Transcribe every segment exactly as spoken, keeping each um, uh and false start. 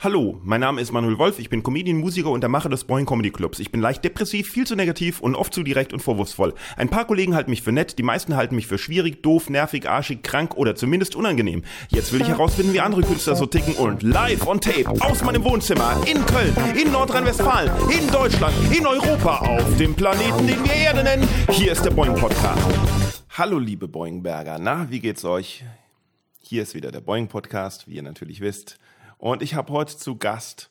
Hallo, mein Name ist Manuel Wolf, ich bin Comedian, Musiker und der Macher des Boing Comedy Clubs. Ich bin leicht depressiv, viel zu negativ und oft zu direkt und vorwurfsvoll. Ein paar Kollegen halten mich für nett, die meisten halten mich für schwierig, doof, nervig, arschig, krank oder zumindest unangenehm. Jetzt will ich herausfinden, wie andere Künstler so ticken und live on tape aus meinem Wohnzimmer in Köln, in Nordrhein-Westfalen, in Deutschland, in Europa, auf dem Planeten, den wir Erde nennen. Hier ist der Boing Podcast. Hallo liebe Boingberger, na, wie geht's euch? Hier ist wieder der Boing Podcast, wie ihr natürlich wisst. Und ich habe heute zu Gast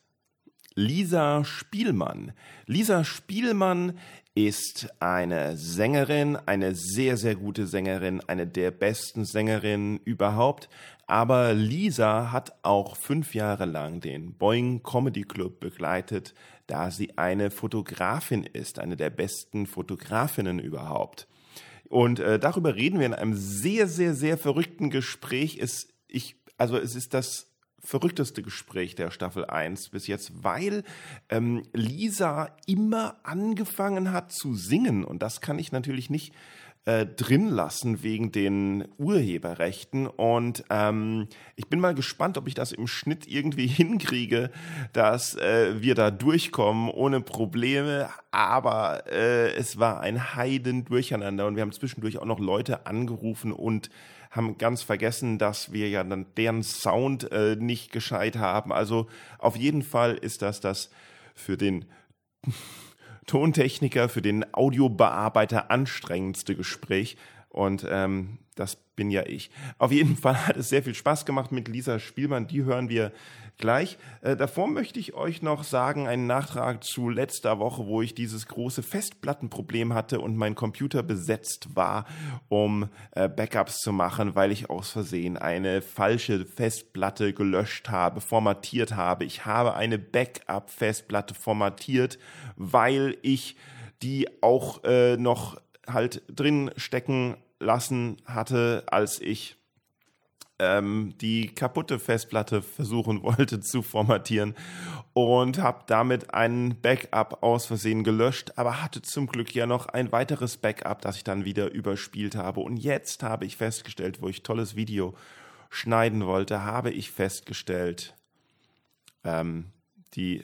Lisa Spielmann. Lisa Spielmann ist eine Sängerin, eine sehr, sehr gute Sängerin, eine der besten Sängerinnen überhaupt. Aber Lisa hat auch fünf Jahre lang den Boing Comedy Club begleitet, da sie eine Fotografin ist, eine der besten Fotografinnen überhaupt. Und äh, darüber reden wir in einem sehr, sehr, sehr verrückten Gespräch. Es, ich, also es ist das verrückteste Gespräch der Staffel eins bis jetzt, weil ähm, Lisa immer angefangen hat zu singen und das kann ich natürlich nicht äh, drin lassen wegen den Urheberrechten und ähm, ich bin mal gespannt, ob ich das im Schnitt irgendwie hinkriege, dass äh, wir da durchkommen ohne Probleme, aber äh, es war ein Heidendurcheinander und wir haben zwischendurch auch noch Leute angerufen und haben ganz vergessen, dass wir ja dann deren Sound äh, nicht gescheit haben. Also auf jeden Fall ist das das für den Tontechniker, für den Audiobearbeiter anstrengendste Gespräch. Und ähm, das bin ja ich. Auf jeden Fall hat es sehr viel Spaß gemacht mit Lisa Spielmann. Die hören wir gleich. Äh, davor möchte ich euch noch sagen, einen Nachtrag zu letzter Woche, wo ich dieses große Festplattenproblem hatte und mein Computer besetzt war, um äh, Backups zu machen, weil ich aus Versehen eine falsche Festplatte gelöscht habe, formatiert habe. Ich habe eine Backup-Festplatte formatiert, weil ich die auch äh, noch halt drin stecken lassen hatte, als ich ähm, die kaputte Festplatte versuchen wollte zu formatieren und habe damit einen Backup aus Versehen gelöscht, aber hatte zum Glück ja noch ein weiteres Backup, das ich dann wieder überspielt habe. Und jetzt habe ich festgestellt, wo ich tolles Video schneiden wollte, habe ich festgestellt, ähm, die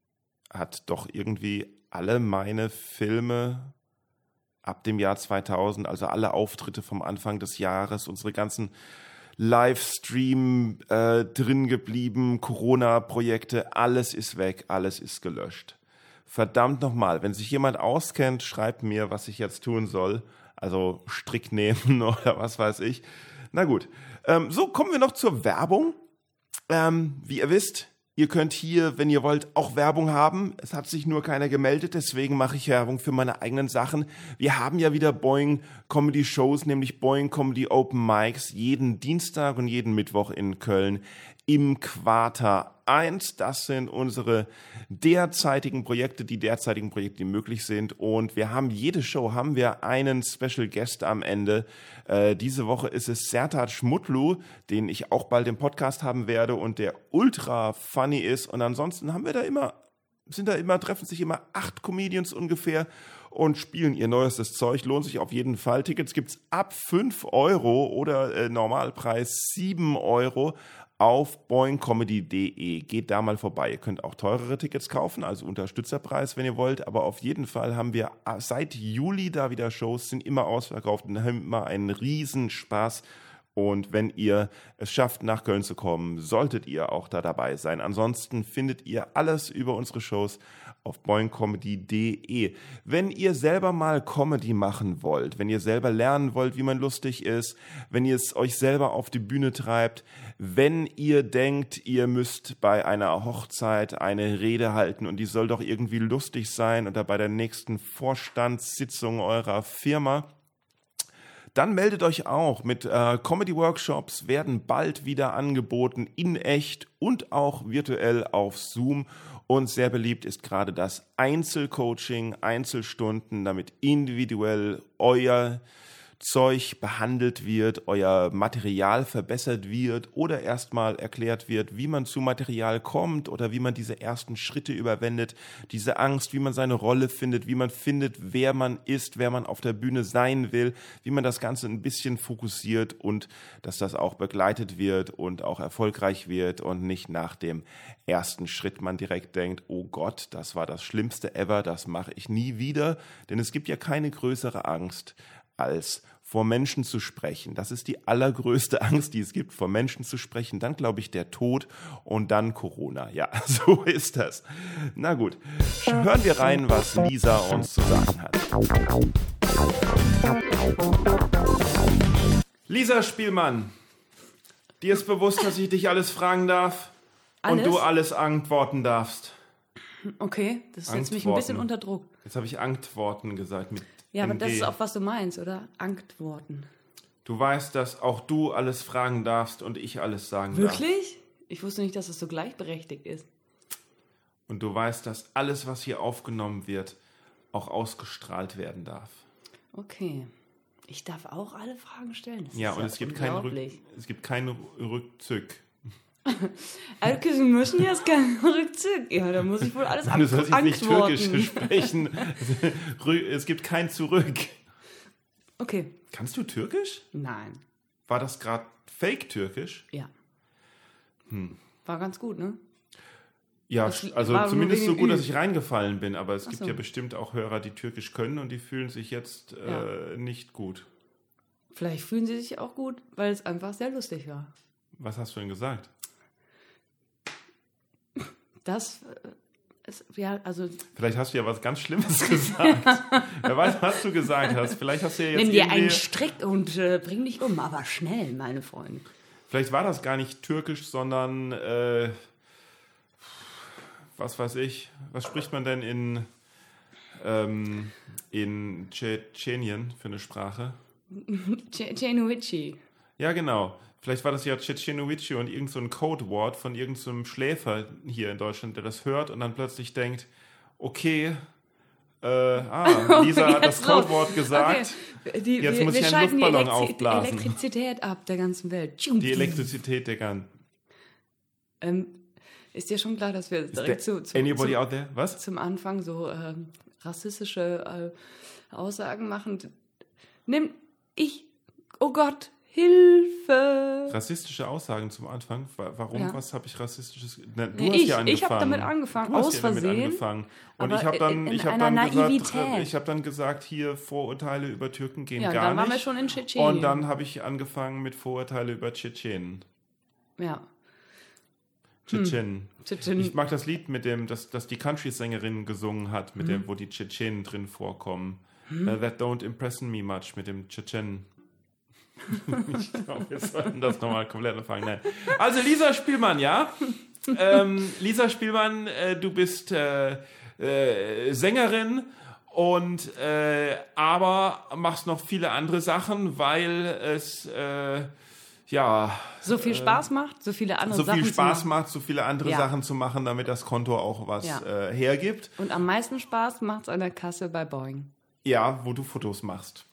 hat doch irgendwie alle meine Filme ab dem Jahr zweitausend, also alle Auftritte vom Anfang des Jahres, unsere ganzen Livestream äh, drin geblieben, Corona-Projekte, alles ist weg, alles ist gelöscht. Verdammt nochmal, wenn sich jemand auskennt, schreibt mir, was ich jetzt tun soll. Also Strick nehmen oder was weiß ich. Na gut, ähm, so kommen wir noch zur Werbung. Ähm, wie ihr wisst, ihr könnt hier, wenn ihr wollt, auch Werbung haben. Es hat sich nur keiner gemeldet, deswegen mache ich Werbung für meine eigenen Sachen. Wir haben ja wieder Boing Comedy Shows, nämlich Boing Comedy Open Mics, jeden Dienstag und jeden Mittwoch in Köln im Quarter eins. Das sind unsere derzeitigen Projekte, die derzeitigen Projekte, die möglich sind. Und wir haben jede Show, haben wir einen Special Guest am Ende. Äh, diese Woche ist es Sertac Mutlu, den ich auch bald im Podcast haben werde und der ultra funny ist. Und ansonsten haben wir da immer, sind da immer, treffen sich immer acht Comedians ungefähr und spielen ihr neuestes Zeug. Lohnt sich auf jeden Fall. Tickets gibt's ab fünf Euro oder äh, Normalpreis sieben Euro. Auf boing comedy punkt de. Geht da mal vorbei. Ihr könnt auch teurere Tickets kaufen, also Unterstützerpreis, wenn ihr wollt. Aber auf jeden Fall haben wir seit Juli da wieder Shows, sind immer ausverkauft und haben immer einen Riesenspaß. Und wenn ihr es schafft, nach Köln zu kommen, solltet ihr auch da dabei sein. Ansonsten findet ihr alles über unsere Shows auf boing comedy punkt de. Wenn ihr selber mal Comedy machen wollt, wenn ihr selber lernen wollt, wie man lustig ist, wenn ihr es euch selber auf die Bühne treibt, wenn ihr denkt, ihr müsst bei einer Hochzeit eine Rede halten und die soll doch irgendwie lustig sein oder bei der nächsten Vorstandssitzung eurer Firma, dann meldet euch auch. Mit äh, Comedy-Workshops werden bald wieder angeboten, in echt und auch virtuell auf Zoom. Und sehr beliebt ist gerade das Einzelcoaching, Einzelstunden, damit individuell euer Zeug behandelt wird, euer Material verbessert wird oder erstmal erklärt wird, wie man zu Material kommt oder wie man diese ersten Schritte überwindet, diese Angst, wie man seine Rolle findet, wie man findet, wer man ist, wer man auf der Bühne sein will, wie man das Ganze ein bisschen fokussiert und dass das auch begleitet wird und auch erfolgreich wird und nicht nach dem ersten Schritt man direkt denkt, oh Gott, das war das Schlimmste ever, das mache ich nie wieder, denn es gibt ja keine größere Angst, als vor Menschen zu sprechen. Das ist die allergrößte Angst, die es gibt, vor Menschen zu sprechen. Dann, glaube ich, der Tod und dann Corona. Ja, so ist das. Na gut, hören wir rein, was Lisa uns zu sagen hat. Lisa Spielmann, dir ist bewusst, dass ich dich alles fragen darf alles? und du alles antworten darfst. Okay, das setzt mich ein bisschen unter Druck. Jetzt habe ich Antworten gesagt mit Ja, aber M G. das ist auch, was du meinst, oder? Antworten. Du weißt, dass auch du alles fragen darfst und ich alles sagen darf. Wirklich? Ich wusste nicht, dass es so gleichberechtigt ist. Und du weißt, dass alles, was hier aufgenommen wird, auch ausgestrahlt werden darf. Okay. Ich darf auch alle Fragen stellen. Das Ja, ist und ja es gibt keinen Rück, unglaublich. es gibt keinen Rückzug. Also, Sie müssen jetzt keinen Rückzug. Ja, da muss ich wohl alles Du sollst jetzt nicht antworten. Türkisch sprechen. Es gibt kein Zurück. Okay. Kannst du Türkisch? Nein. War das gerade Fake-Türkisch? Ja. Hm. War ganz gut, ne? Ja, Das also war nur zumindest wegen so gut, Ü. dass ich reingefallen bin. Aber es Ach gibt so. ja bestimmt auch Hörer, die Türkisch können und die fühlen sich jetzt Ja. äh, nicht gut. Vielleicht fühlen Sie sich auch gut, weil es einfach sehr lustig war. Was hast du denn gesagt? Das äh, ist, ja, also... Vielleicht hast du ja was ganz Schlimmes gesagt. Wer weiß, was du gesagt hast. Vielleicht hast du ja jetzt Nimm dir irgendwie- einen Strick und äh, bring dich um, aber schnell, meine Freunde. Vielleicht war das gar nicht türkisch, sondern äh, was weiß ich. Was spricht man denn in, ähm, in Tschetschenien für eine Sprache? Cenuici. Ja, genau. Vielleicht war das ja Tschetschenowici und irgend so ein Codewort von irgendeinem so Schläfer hier in Deutschland, der das hört und dann plötzlich denkt, okay, äh, ah, Lisa hat das Jetzt los. Codewort gesagt. Okay. Die, Jetzt wir, muss wir ich einen schalten die Luftballon Elektri- aufblasen. Die Elektrizität ab der ganzen Welt. Die Elektrizität der Gun. Ähm, ist dir schon klar, dass wir Is direkt there zu, zu, anybody zu, out there? Was? zum Anfang so ähm, rassistische äh, Aussagen machen? Nimm ich, oh Gott, Hilfe! Rassistische Aussagen zum Anfang. Wa- Warum? Ja. Was habe ich rassistisches? Na, du Nee, hast ich- ja angefangen. ich habe damit angefangen, Du hast aus ja damit Versehen, angefangen. Und aber ich habe dann, in- in ich habe einer dann gesagt, Naivität. ich habe dann gesagt, hier Vorurteile über Türken gehen Ja, gar dann nicht. waren wir schon in Tschetschenien. Und dann habe ich angefangen mit Vorurteile über Tschetschenen. Ja. Tschetschenen. Tschetschen- Ich mag das Lied, mit dem, das, das die Country-Sängerin gesungen hat, mit dem, wo die Tschetschenen drin vorkommen. Uh, that don't impress me much, mit dem Tschetschenen. Ich glaube, wir sollten das nochmal komplett anfangen. Nein. Also Lisa Spielmann, ja? ähm, Lisa Spielmann, äh, du bist äh, äh, Sängerin und äh, aber machst noch viele andere Sachen, weil es äh, ja So viel Spaß macht, so viele andere so Sachen viel Spaß zu machen. macht, so viele andere Ja. Sachen zu machen, damit das Konto auch was Ja. äh, hergibt. Und am meisten Spaß macht es an der Kasse bei Boeing. Ja, wo du Fotos machst.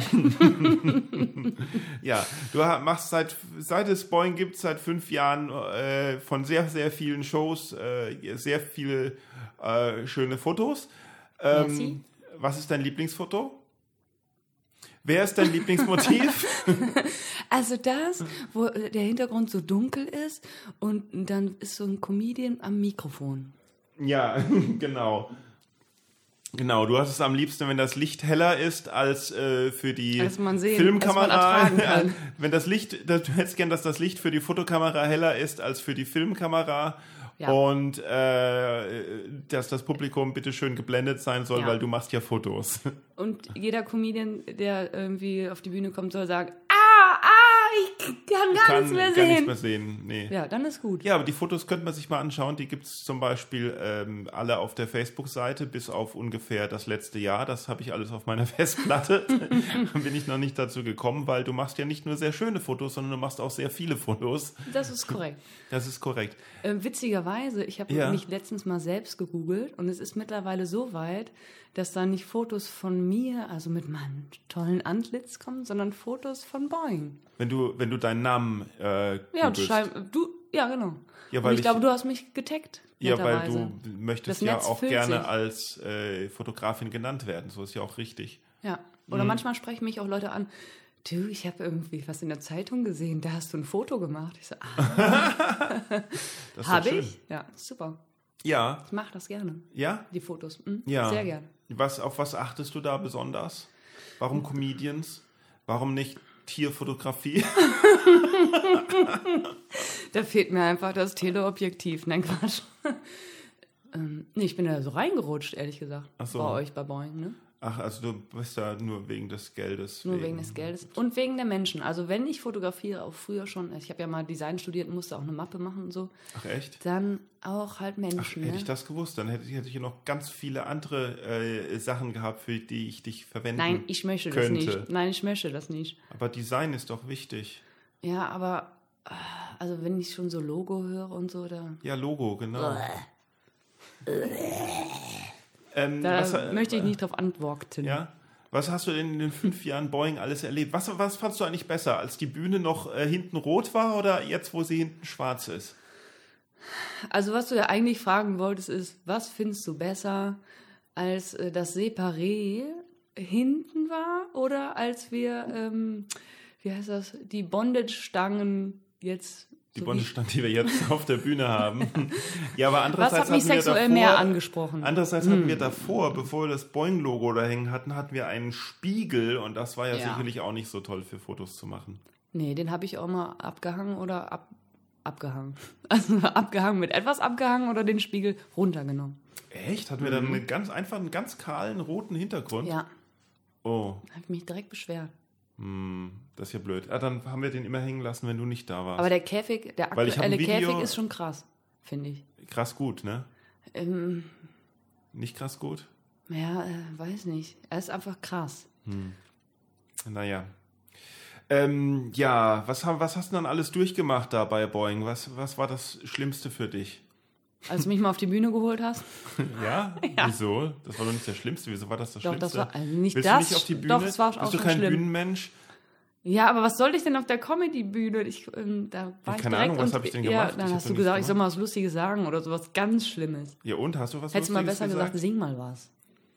Ja, du ha- machst seit, seit es Boeing gibt, seit fünf Jahren äh, von sehr, sehr vielen Shows äh, sehr viele äh, schöne Fotos. Ähm, Merci. was ist dein Lieblingsfoto? Wer ist dein Lieblingsmotiv? Also das, wo der Hintergrund so dunkel ist und dann ist so ein Comedian am Mikrofon. Ja, genau. Genau, du hast es am liebsten, wenn das Licht heller ist als äh, für die Als man sehen- Filmkamera. als man ertragen kann. Wenn das Licht, du hättest gern, dass das Licht für die Fotokamera heller ist als für die Filmkamera. Ja. Und äh, dass das Publikum bitte schön geblendet sein soll, Ja. weil du machst ja Fotos. Und jeder Comedian, der irgendwie auf die Bühne kommt, soll sagen, ah, ah, ich kann gar kann nichts mehr gar sehen. nichts mehr sehen. Nee. Ja, dann ist gut. Ja, aber die Fotos könnte man sich mal anschauen. Die gibt es zum Beispiel ähm, alle auf der Facebook-Seite, bis auf ungefähr das letzte Jahr. Das habe ich alles auf meiner Festplatte. Da bin ich noch nicht dazu gekommen, weil du machst ja nicht nur sehr schöne Fotos, sondern du machst auch sehr viele Fotos. Das ist korrekt. Das ist korrekt. Äh, witzigerweise, ich habe Ja. mich letztens mal selbst gegoogelt und es ist mittlerweile so weit, dass da nicht Fotos von mir, also mit meinem tollen Antlitz kommen, sondern Fotos von Boing. Wenn du, wenn du deinen Namen äh, Ja, und googelst. schreib, du, ja, genau. Ja, und weil ich, ich- glaube, du hast mich getaggt. Ja, weil netterweise. du möchtest Das ja Netz auch füllt gerne sich. als äh, Fotografin genannt werden. So ist ja auch richtig. Ja, Mhm. oder manchmal sprechen mich auch Leute an, du, ich habe irgendwie was in der Zeitung gesehen, da hast du ein Foto gemacht. Ich so, ah, Das ist habe doch schön. ich? Ja, super. Ja, Ich mache das gerne, ja, die Fotos. Mhm, ja. Sehr gerne. Was, auf was achtest du da besonders? Warum Comedians? Warum nicht Tierfotografie? Da fehlt mir einfach das Teleobjektiv. Nein, Quatsch. ähm, nee, ich bin da so reingerutscht, ehrlich gesagt. Ach so. Bei euch, bei Boing, ne? Ach, also du bist da nur wegen des Geldes. Nur wegen des Geldes. Und wegen der Menschen. Also wenn ich fotografiere, auch früher schon, ich habe ja mal Design studiert und musste auch eine Mappe machen und so, Ach echt? dann auch halt Ach, Menschen. hätte ne? ich das gewusst, dann hätte ich, hätte ich hier noch ganz viele andere äh, Sachen gehabt, für die ich dich verwenden Nein, ich möchte das könnte. nicht. Nein, ich möchte das nicht. Aber Design ist doch wichtig. Ja, aber ah, also wenn ich schon so Logo höre und so, da, Ja, Logo, genau. Ähm, da was, äh, möchte ich nicht drauf antworten. Ja? Was hast du denn in den fünf Jahren Boing alles erlebt? Was, was fandst du eigentlich besser, als die Bühne noch äh, hinten rot war oder jetzt, wo sie hinten schwarz ist? Also was du ja eigentlich fragen wolltest ist, was findest du besser, als äh, das Separé hinten war oder als wir, ähm, wie heißt das, die Bondage-Stangen jetzt... Die so Bondage-Stangen, die wir jetzt auf der Bühne haben. Ja, aber wie, was andererseits hat mich hatten wir sexuell davor, mehr angesprochen? Andererseits hatten wir davor, bevor wir das Boing-Logo da hängen hatten, hatten wir einen Spiegel und das war ja, Ja. sicherlich auch nicht so toll für Fotos zu machen. Nee, den habe ich auch mal abgehangen oder ab, abgehangen. Also abgehangen mit etwas abgehangen oder den Spiegel runtergenommen. Echt? Hatten wir dann einen ganz einfach einen ganz kahlen roten Hintergrund? Ja, Oh, habe ich mich direkt beschwert. hm, das ist ja blöd. Ah, dann haben wir den immer hängen lassen, wenn du nicht da warst. Aber der Käfig, der Weil ich hab ein aktuelle Video- Käfig ist schon krass, finde ich. Krass gut, ne? Ähm, Nicht krass gut? ja, äh, weiß nicht. Er ist einfach krass. Naja. Ähm, ja, was, haben, was hast du dann alles durchgemacht da bei Boing? Was, was war das Schlimmste für dich? Als du mich mal auf die Bühne geholt hast. Ja? Wieso? Das war doch nicht das Schlimmste. Wieso war das das Doch, Schlimmste? das war also nicht Willst das. du nicht auf die Bühne? Doch, es war auch Bist du schon kein schlimm. Bühnenmensch? Ja, aber was sollte ich denn auf der Comedy-Bühne? Ich, ähm, da war ich keine direkt Ahnung, was und- hab ich denn Ja, gemacht? Ich dann hab hast doch du nichts gesagt, ich soll gemacht. mal was Lustiges sagen oder sowas ganz Schlimmes. Ja, und? Hast du was Hättest du mal Lustiges besser gesagt, gesagt? sing mal was.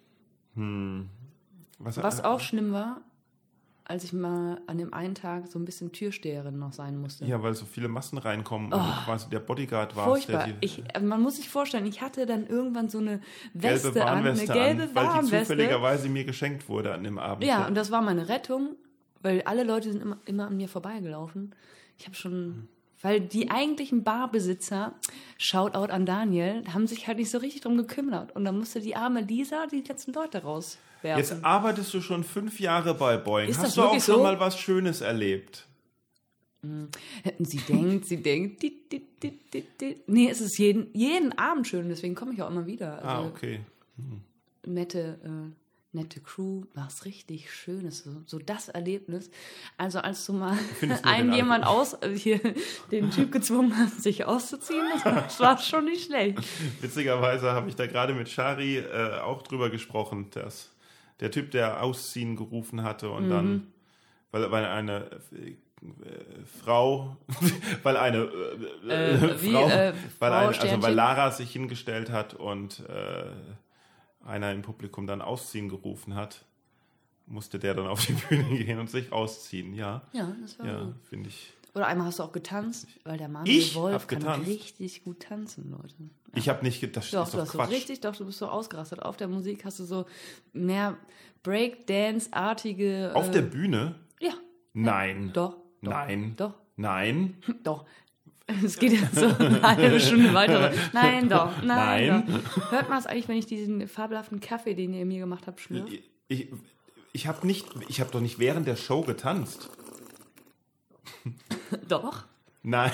Was, Was äh, auch schlimm war, als ich mal an dem einen Tag so ein bisschen Türsteherin noch sein musste. Ja, weil so viele Massen reinkommen und du quasi der Bodyguard warst. Furchtbar. Der die Ich, also man muss sich vorstellen, ich hatte dann irgendwann so eine Weste gelbe an, eine Warnweste gelbe an, weil die Warnweste. zufälligerweise mir geschenkt wurde an dem Abend. Ja, und das war meine Rettung, weil alle Leute sind immer, immer an mir vorbeigelaufen. Ich habe schon, weil die eigentlichen Barbesitzer, Shoutout an Daniel, haben sich halt nicht so richtig drum gekümmert. Und dann musste die arme Lisa die letzten Leute rauswerfen. Jetzt arbeitest du schon fünf Jahre bei Boing. Ist Hast das du auch wirklich schon so? mal was Schönes erlebt? Sie denkt, sie denkt, di, di, di, di, di. Nee, es ist jeden, jeden Abend schön, deswegen komme ich auch immer wieder. Ah, Also okay. nette, äh, nette Crew, was richtig Schönes, so, so das Erlebnis. Also als du mal Findest du den einen jemand Alkohol? aus, äh, hier den Typ gezwungen hast, sich auszuziehen, das war schon nicht schlecht. Witzigerweise habe ich da gerade mit Shari äh, auch drüber gesprochen, dass der Typ, der Ausziehen gerufen hatte und Mhm. dann, weil, weil eine äh, Frau, weil eine äh, Äh, wie, Frau, äh, weil, Frau eine, also Sternchen? weil Lara sich hingestellt hat und äh, einer im Publikum dann Ausziehen gerufen hat, musste der dann auf die Bühne gehen und sich ausziehen. Ja, Ja, das war ja, gut. finde ich. Oder einmal hast du auch getanzt, weil der Manuel Ich Wolf hab kann getanzt? richtig gut tanzen, Leute. Ich habe nicht, ge- das Doch, ist du doch hast so Quatsch. richtig, doch, du bist so ausgerastet. Auf der Musik hast du so mehr Breakdance-artige... Auf äh, der Bühne? Ja. Nein. Doch. doch Nein. Doch. Nein. Doch. Es geht jetzt so eine halbe Stunde weiter. Nein, doch. Nein, Nein. doch. Hört man es eigentlich, wenn ich diesen fabelhaften Kaffee, den ihr mir gemacht habt, schlürfe? Ich, ich, ich habe nicht, ich habe doch nicht während der Show getanzt. Doch. Nein.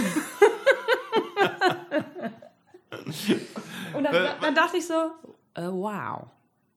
Und dann, dann dachte ich so, äh, wow.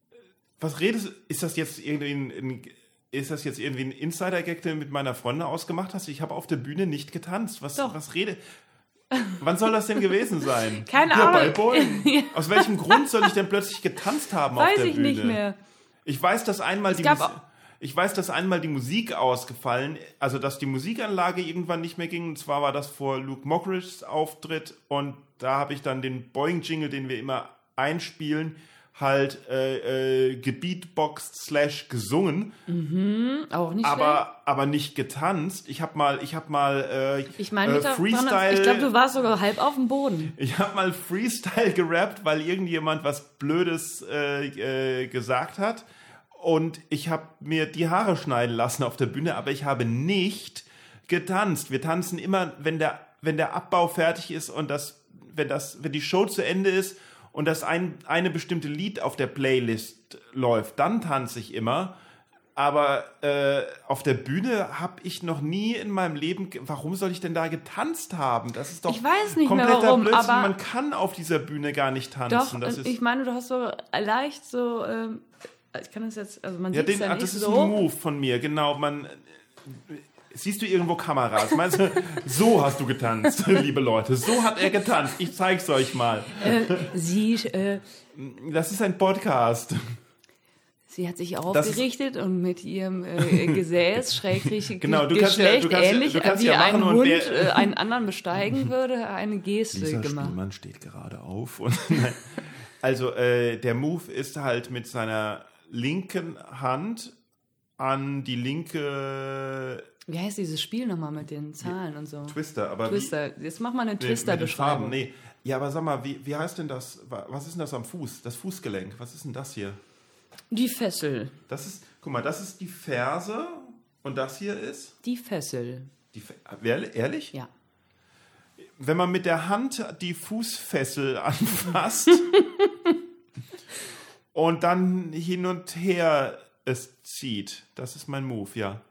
Was redest du? Ist das jetzt irgendwie ein, ein, ist das jetzt irgendwie ein Insider-Gag, den du mit meiner Freundin ausgemacht hast? Ich habe auf der Bühne nicht getanzt. Was, Doch. was rede? Wann soll das denn gewesen sein? Keine ja, Ahnung. Bei Boing. Ja. Aus welchem Grund soll ich denn plötzlich getanzt haben Weiß auf der ich Bühne? nicht mehr. Ich weiß, dass einmal Es die gab Mus- auch- ich weiß, dass einmal die Musik ausgefallen, also dass die Musikanlage irgendwann nicht mehr ging. Und zwar war das vor Luke Mockridge's Auftritt und da habe ich dann den Boing-Jingle, den wir immer einspielen, halt äh, äh, gebeatboxt slash gesungen, Mhm, auch nicht schlecht. aber aber nicht getanzt. Ich habe mal, ich habe mal äh, Ich meine, äh, mich daran- Freestyle. ich glaube, du warst sogar halb auf dem Boden. Ich habe mal Freestyle gerappt, weil irgendjemand was Blödes äh, äh, gesagt hat. Und ich habe mir die Haare schneiden lassen auf der Bühne, aber ich habe nicht getanzt. Wir tanzen immer, wenn der, wenn der Abbau fertig ist und das, wenn, das, wenn die Show zu Ende ist und das ein eine bestimmte Lied auf der Playlist läuft, dann tanze ich immer. Aber äh, auf der Bühne habe ich noch nie in meinem Leben... Ge- warum soll ich denn da getanzt haben? Das ist doch Ich weiß nicht mehr kompletter warum, Blödsinn. aber- Man kann auf dieser Bühne gar nicht tanzen. Doch, das und ist, ich meine, du hast so leicht so, ähm, ich kann das jetzt, also man ja, sieht es den, ja ah, nicht das ist so. ein Move von mir, genau. Man, siehst du irgendwo Kameras? Meinst du, so hast du getanzt, liebe Leute. So hat er getanzt. Ich zeig's euch mal. Äh, sie, äh, Das ist ein Podcast. sie hat sich Das aufgerichtet und mit ihrem äh, Gesäß, Schrägstrich, Genau, du kannst ja- Geschlecht, du kannst ja- ähnlich du kannst wie ja ein machen und Hund wer- äh, einen anderen besteigen würde, eine Geste Dieser gemacht. Stuhlmann steht gerade auf. Und also äh, der Move ist halt mit seiner linken Hand an die linke Wie heißt dieses Spiel nochmal mit den Zahlen und so? Twister. Aber wie, Twister. Jetzt mach mal eine Nee, mit den Farben, Twister-Beschreibung. nee. Ja, aber sag mal, wie, wie heißt denn das? Was ist denn das am Fuß? Das Fußgelenk. Was ist denn das hier? Die Fessel. Das ist, guck mal, das ist die Ferse und das hier ist Die Fessel. die Fe- Ehrlich? Ehrlich? Ja. Wenn man mit der Hand die Fußfessel anfasst und dann hin und her es zieht, das ist mein Move, ja.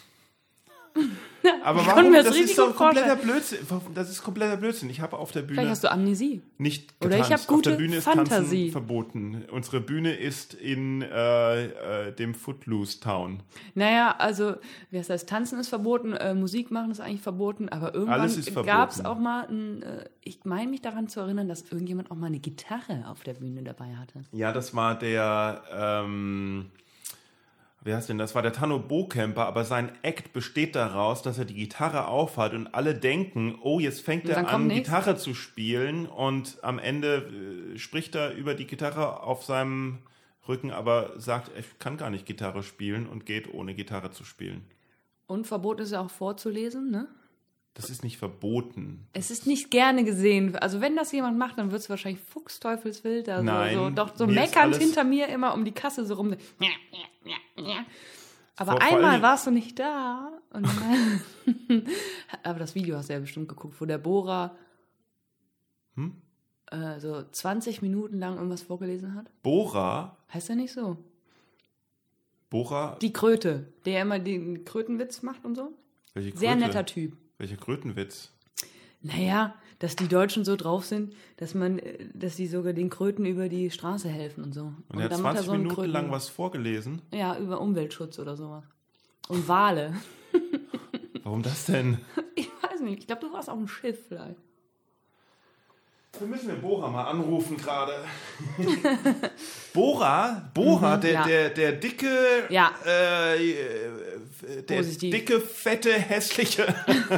Aber Ich kann warum? mir das Das richtig ist doch gut kompletter Blödsinn. Das ist kompletter Blödsinn. Ich habe auf der Bühne Vielleicht hast du Amnesie. nicht Oder getanzt. ich hab Auf gute der Bühne ist Fantasie. Tanzen verboten. Unsere Bühne ist in äh, äh, dem Footloose Town. Naja, also, wie heißt das? Tanzen ist verboten, äh, Musik machen ist eigentlich verboten, aber Alles ist irgendwann verboten. gab es auch mal, ein, äh, ich meine mich daran zu erinnern, dass irgendjemand auch mal eine Gitarre auf der Bühne dabei hatte. Ja, das war der, ähm, wer heißt denn das? War der Tanno Bohkämper, aber sein Act besteht daraus, dass er die Gitarre aufhat und alle denken, oh, jetzt fängt Und er dann kommt an, nichts. Gitarre zu spielen und am Ende äh, spricht er über die Gitarre auf seinem Rücken, aber sagt, ich kann gar nicht Gitarre spielen und geht ohne Gitarre zu spielen. Und verboten ist ja auch vorzulesen, ne? Das ist nicht verboten. Es ist nicht gerne gesehen. Also wenn das jemand macht, dann wird es wahrscheinlich fuchsteufelswild. Also Nein, so, doch so mir ist meckernd alles- hinter mir immer um die Kasse so rum. Aber Vor- vor einmal allen- warst du nicht da. Und dann, aber das Video hast du ja bestimmt geguckt, wo der Bohrer Hm? äh, so zwanzig Minuten lang irgendwas vorgelesen hat. Bora, Heißt er nicht so? Bora, Die Kröte, der immer den Krötenwitz macht und so. welche Kröte? Sehr netter Typ. Welcher Krötenwitz? Naja, dass die Deutschen so drauf sind, dass man, äh, dass sie sogar den Kröten über die Straße helfen und so. Und er hat dann macht zwanzig so einen Minuten Kröten- lang was vorgelesen. Ja, über Umweltschutz oder sowas. Und Wale. Warum das denn? Ich weiß nicht, ich glaube, du warst auf dem Schiff vielleicht. Wir müssen den Bora mal anrufen gerade. Bora, Bora, Mhm, der, ja. der, der dicke, Ja. äh, der Positiv. dicke, fette, hässliche.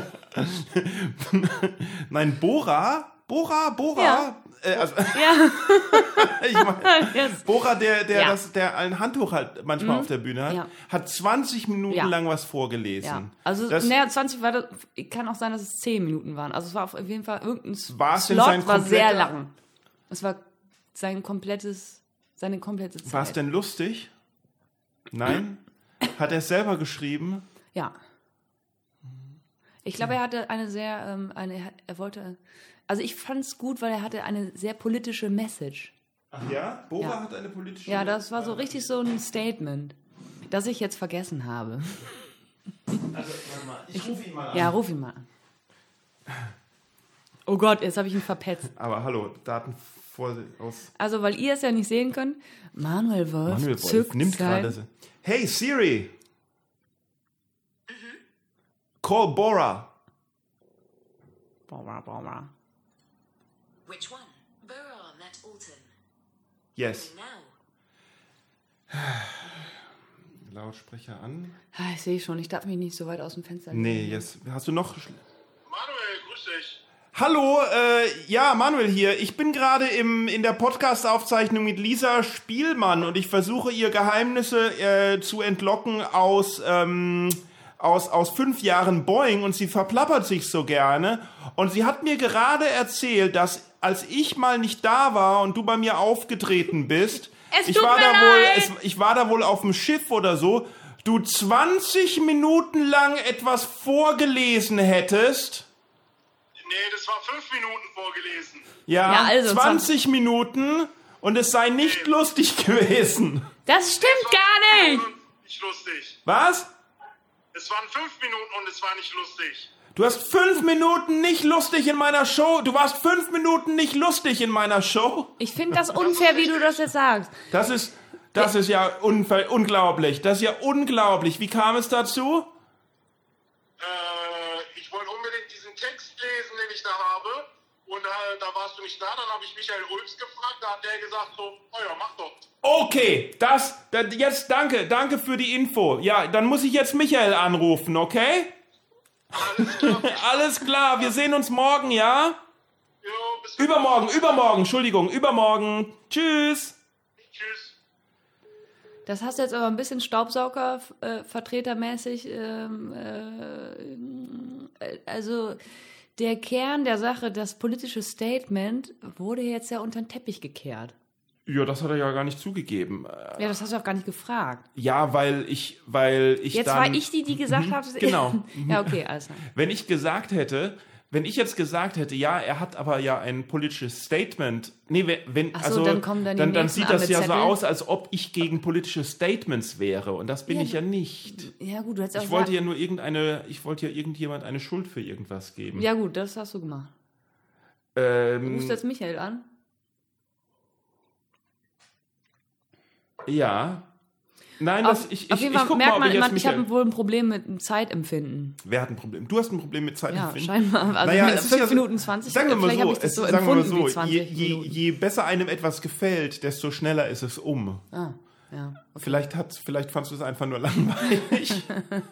Nein, Bora, Bora, Bora. Ja. Äh, also, Ja, ich mein, yes. Bora, der, der, Ja. das, der ein Handtuch halt manchmal Mhm. auf der Bühne hat, Ja. hat zwanzig Minuten Ja. lang was vorgelesen. ja. Also, Das- naja, zwanzig war das, kann auch sein, dass es zehn Minuten waren. Also, es war auf jeden Fall irgendein War es denn Slot, sein war sehr kompletter- lang. Es war sein komplettes, seine komplette Zeit. War es denn lustig? Nein? Hat er es selber geschrieben? Ja. Ich glaube, er hatte eine sehr, ähm, eine, er wollte, also ich fand es gut, weil er hatte eine sehr politische Message. Ach ja? Bora Ja. hat eine politische... Ja, das war so richtig so ein Statement, das ich jetzt vergessen habe. Also, warte mal, ich rufe ihn mal an. Ja, ruf ihn mal an. Oh Gott, jetzt habe ich ihn verpetzt. Aber hallo, Daten vor, aus... Also, weil ihr es ja nicht sehen könnt, Manuel Wolf, Manuel Wolf zückt nimmt sein- gerade... Hey Siri! Call Bora! Bora, Bora. Which one? Borough, Matt Alton. Yes. Now. Lautsprecher an. Ah, ich sehe schon, ich darf mich nicht so weit aus dem Fenster legen. Nee, yes. Hast du noch... Manuel, grüß dich. Hallo, äh, ja, Manuel hier. Ich bin gerade im in der Podcast-Aufzeichnung mit Lisa Spielmann und ich versuche ihr Geheimnisse äh, zu entlocken aus, ähm, aus, aus fünf Jahren Boeing und sie verplappert sich so gerne. Und sie hat mir gerade erzählt, dass als ich mal nicht da war und du bei mir aufgetreten bist, Es ich tut war mir da wohl, leid. es, ich war da wohl auf dem Schiff oder so, du zwanzig Minuten lang etwas vorgelesen hättest. Nee, das war fünf Minuten vorgelesen. Ja, Ja, also zwanzig Minuten und es sei nicht lustig gewesen. Das stimmt Es war gar fünf nicht! Minuten Nicht lustig. Was? Es waren fünf Minuten und es war nicht lustig. Du hast fünf Minuten nicht lustig in meiner Show. Du warst fünf Minuten nicht lustig in meiner Show. Ich finde das unfair, wie du das jetzt sagst. Das ist, das ist ja unver- unglaublich. Das ist ja unglaublich. Wie kam es dazu? Äh, ich wollte unbedingt diesen Text lesen, den ich da habe. Und äh, da warst du nicht da. Dann habe ich Michael Rülps gefragt. Da hat der gesagt so, oh ja, mach doch. Okay, das, das, jetzt danke, danke für die Info. Ja, dann muss ich jetzt Michael anrufen, okay? Alles klar. Alles klar, wir sehen uns morgen, ja? Jo, bis Übermorgen, übermorgen, Entschuldigung, übermorgen. Tschüss. Tschüss. Das hast du jetzt aber ein bisschen Staubsauger-vertretermäßig. Ähm, äh, also der Kern der Sache, das politische Statement, wurde jetzt ja unter den Teppich gekehrt. Ja, das hat er ja gar nicht zugegeben. Ja, das hast du auch gar nicht gefragt. Ja, weil ich, weil ich Jetzt dann... war ich die, die gesagt hat... genau. Ja, okay, alles klar. Wenn ich gesagt hätte, wenn ich jetzt gesagt hätte, ja, er hat aber ja ein politisches Statement, nee, wenn, wenn Ach so, also, dann kommen dann die dann, dann Nächsten sieht an das mit ja so Zettel. aus, als ob ich gegen politische Statements wäre und das bin Ja, ich ja nicht. Ja gut, du hättest auch Ich wollte sagen- ja nur irgendeine, ich wollte ja irgendjemand eine Schuld für irgendwas geben. Ja gut, das hast du gemacht. ähm, Rufst du jetzt Michael an? ja. Nein, das, Auf, ich, auf ich, jeden ich Fall guck merkt mal, ob man, ich jetzt man ich Michael... habe wohl ein Problem mit dem Zeitempfinden. Wer hat ein Problem? Du hast ein Problem mit Ja, Zeitempfinden? scheinbar. Also Naja, mit es ist fünf ja so- Minuten zwanzig, Sagen wir mal vielleicht so, habe ich das es, so sagen wir mal empfunden so wie zwanzig je, je, Minuten. je besser einem etwas gefällt, desto schneller ist es um. Ah, ja. Okay. Vielleicht, hat, vielleicht fandst du es einfach nur langweilig.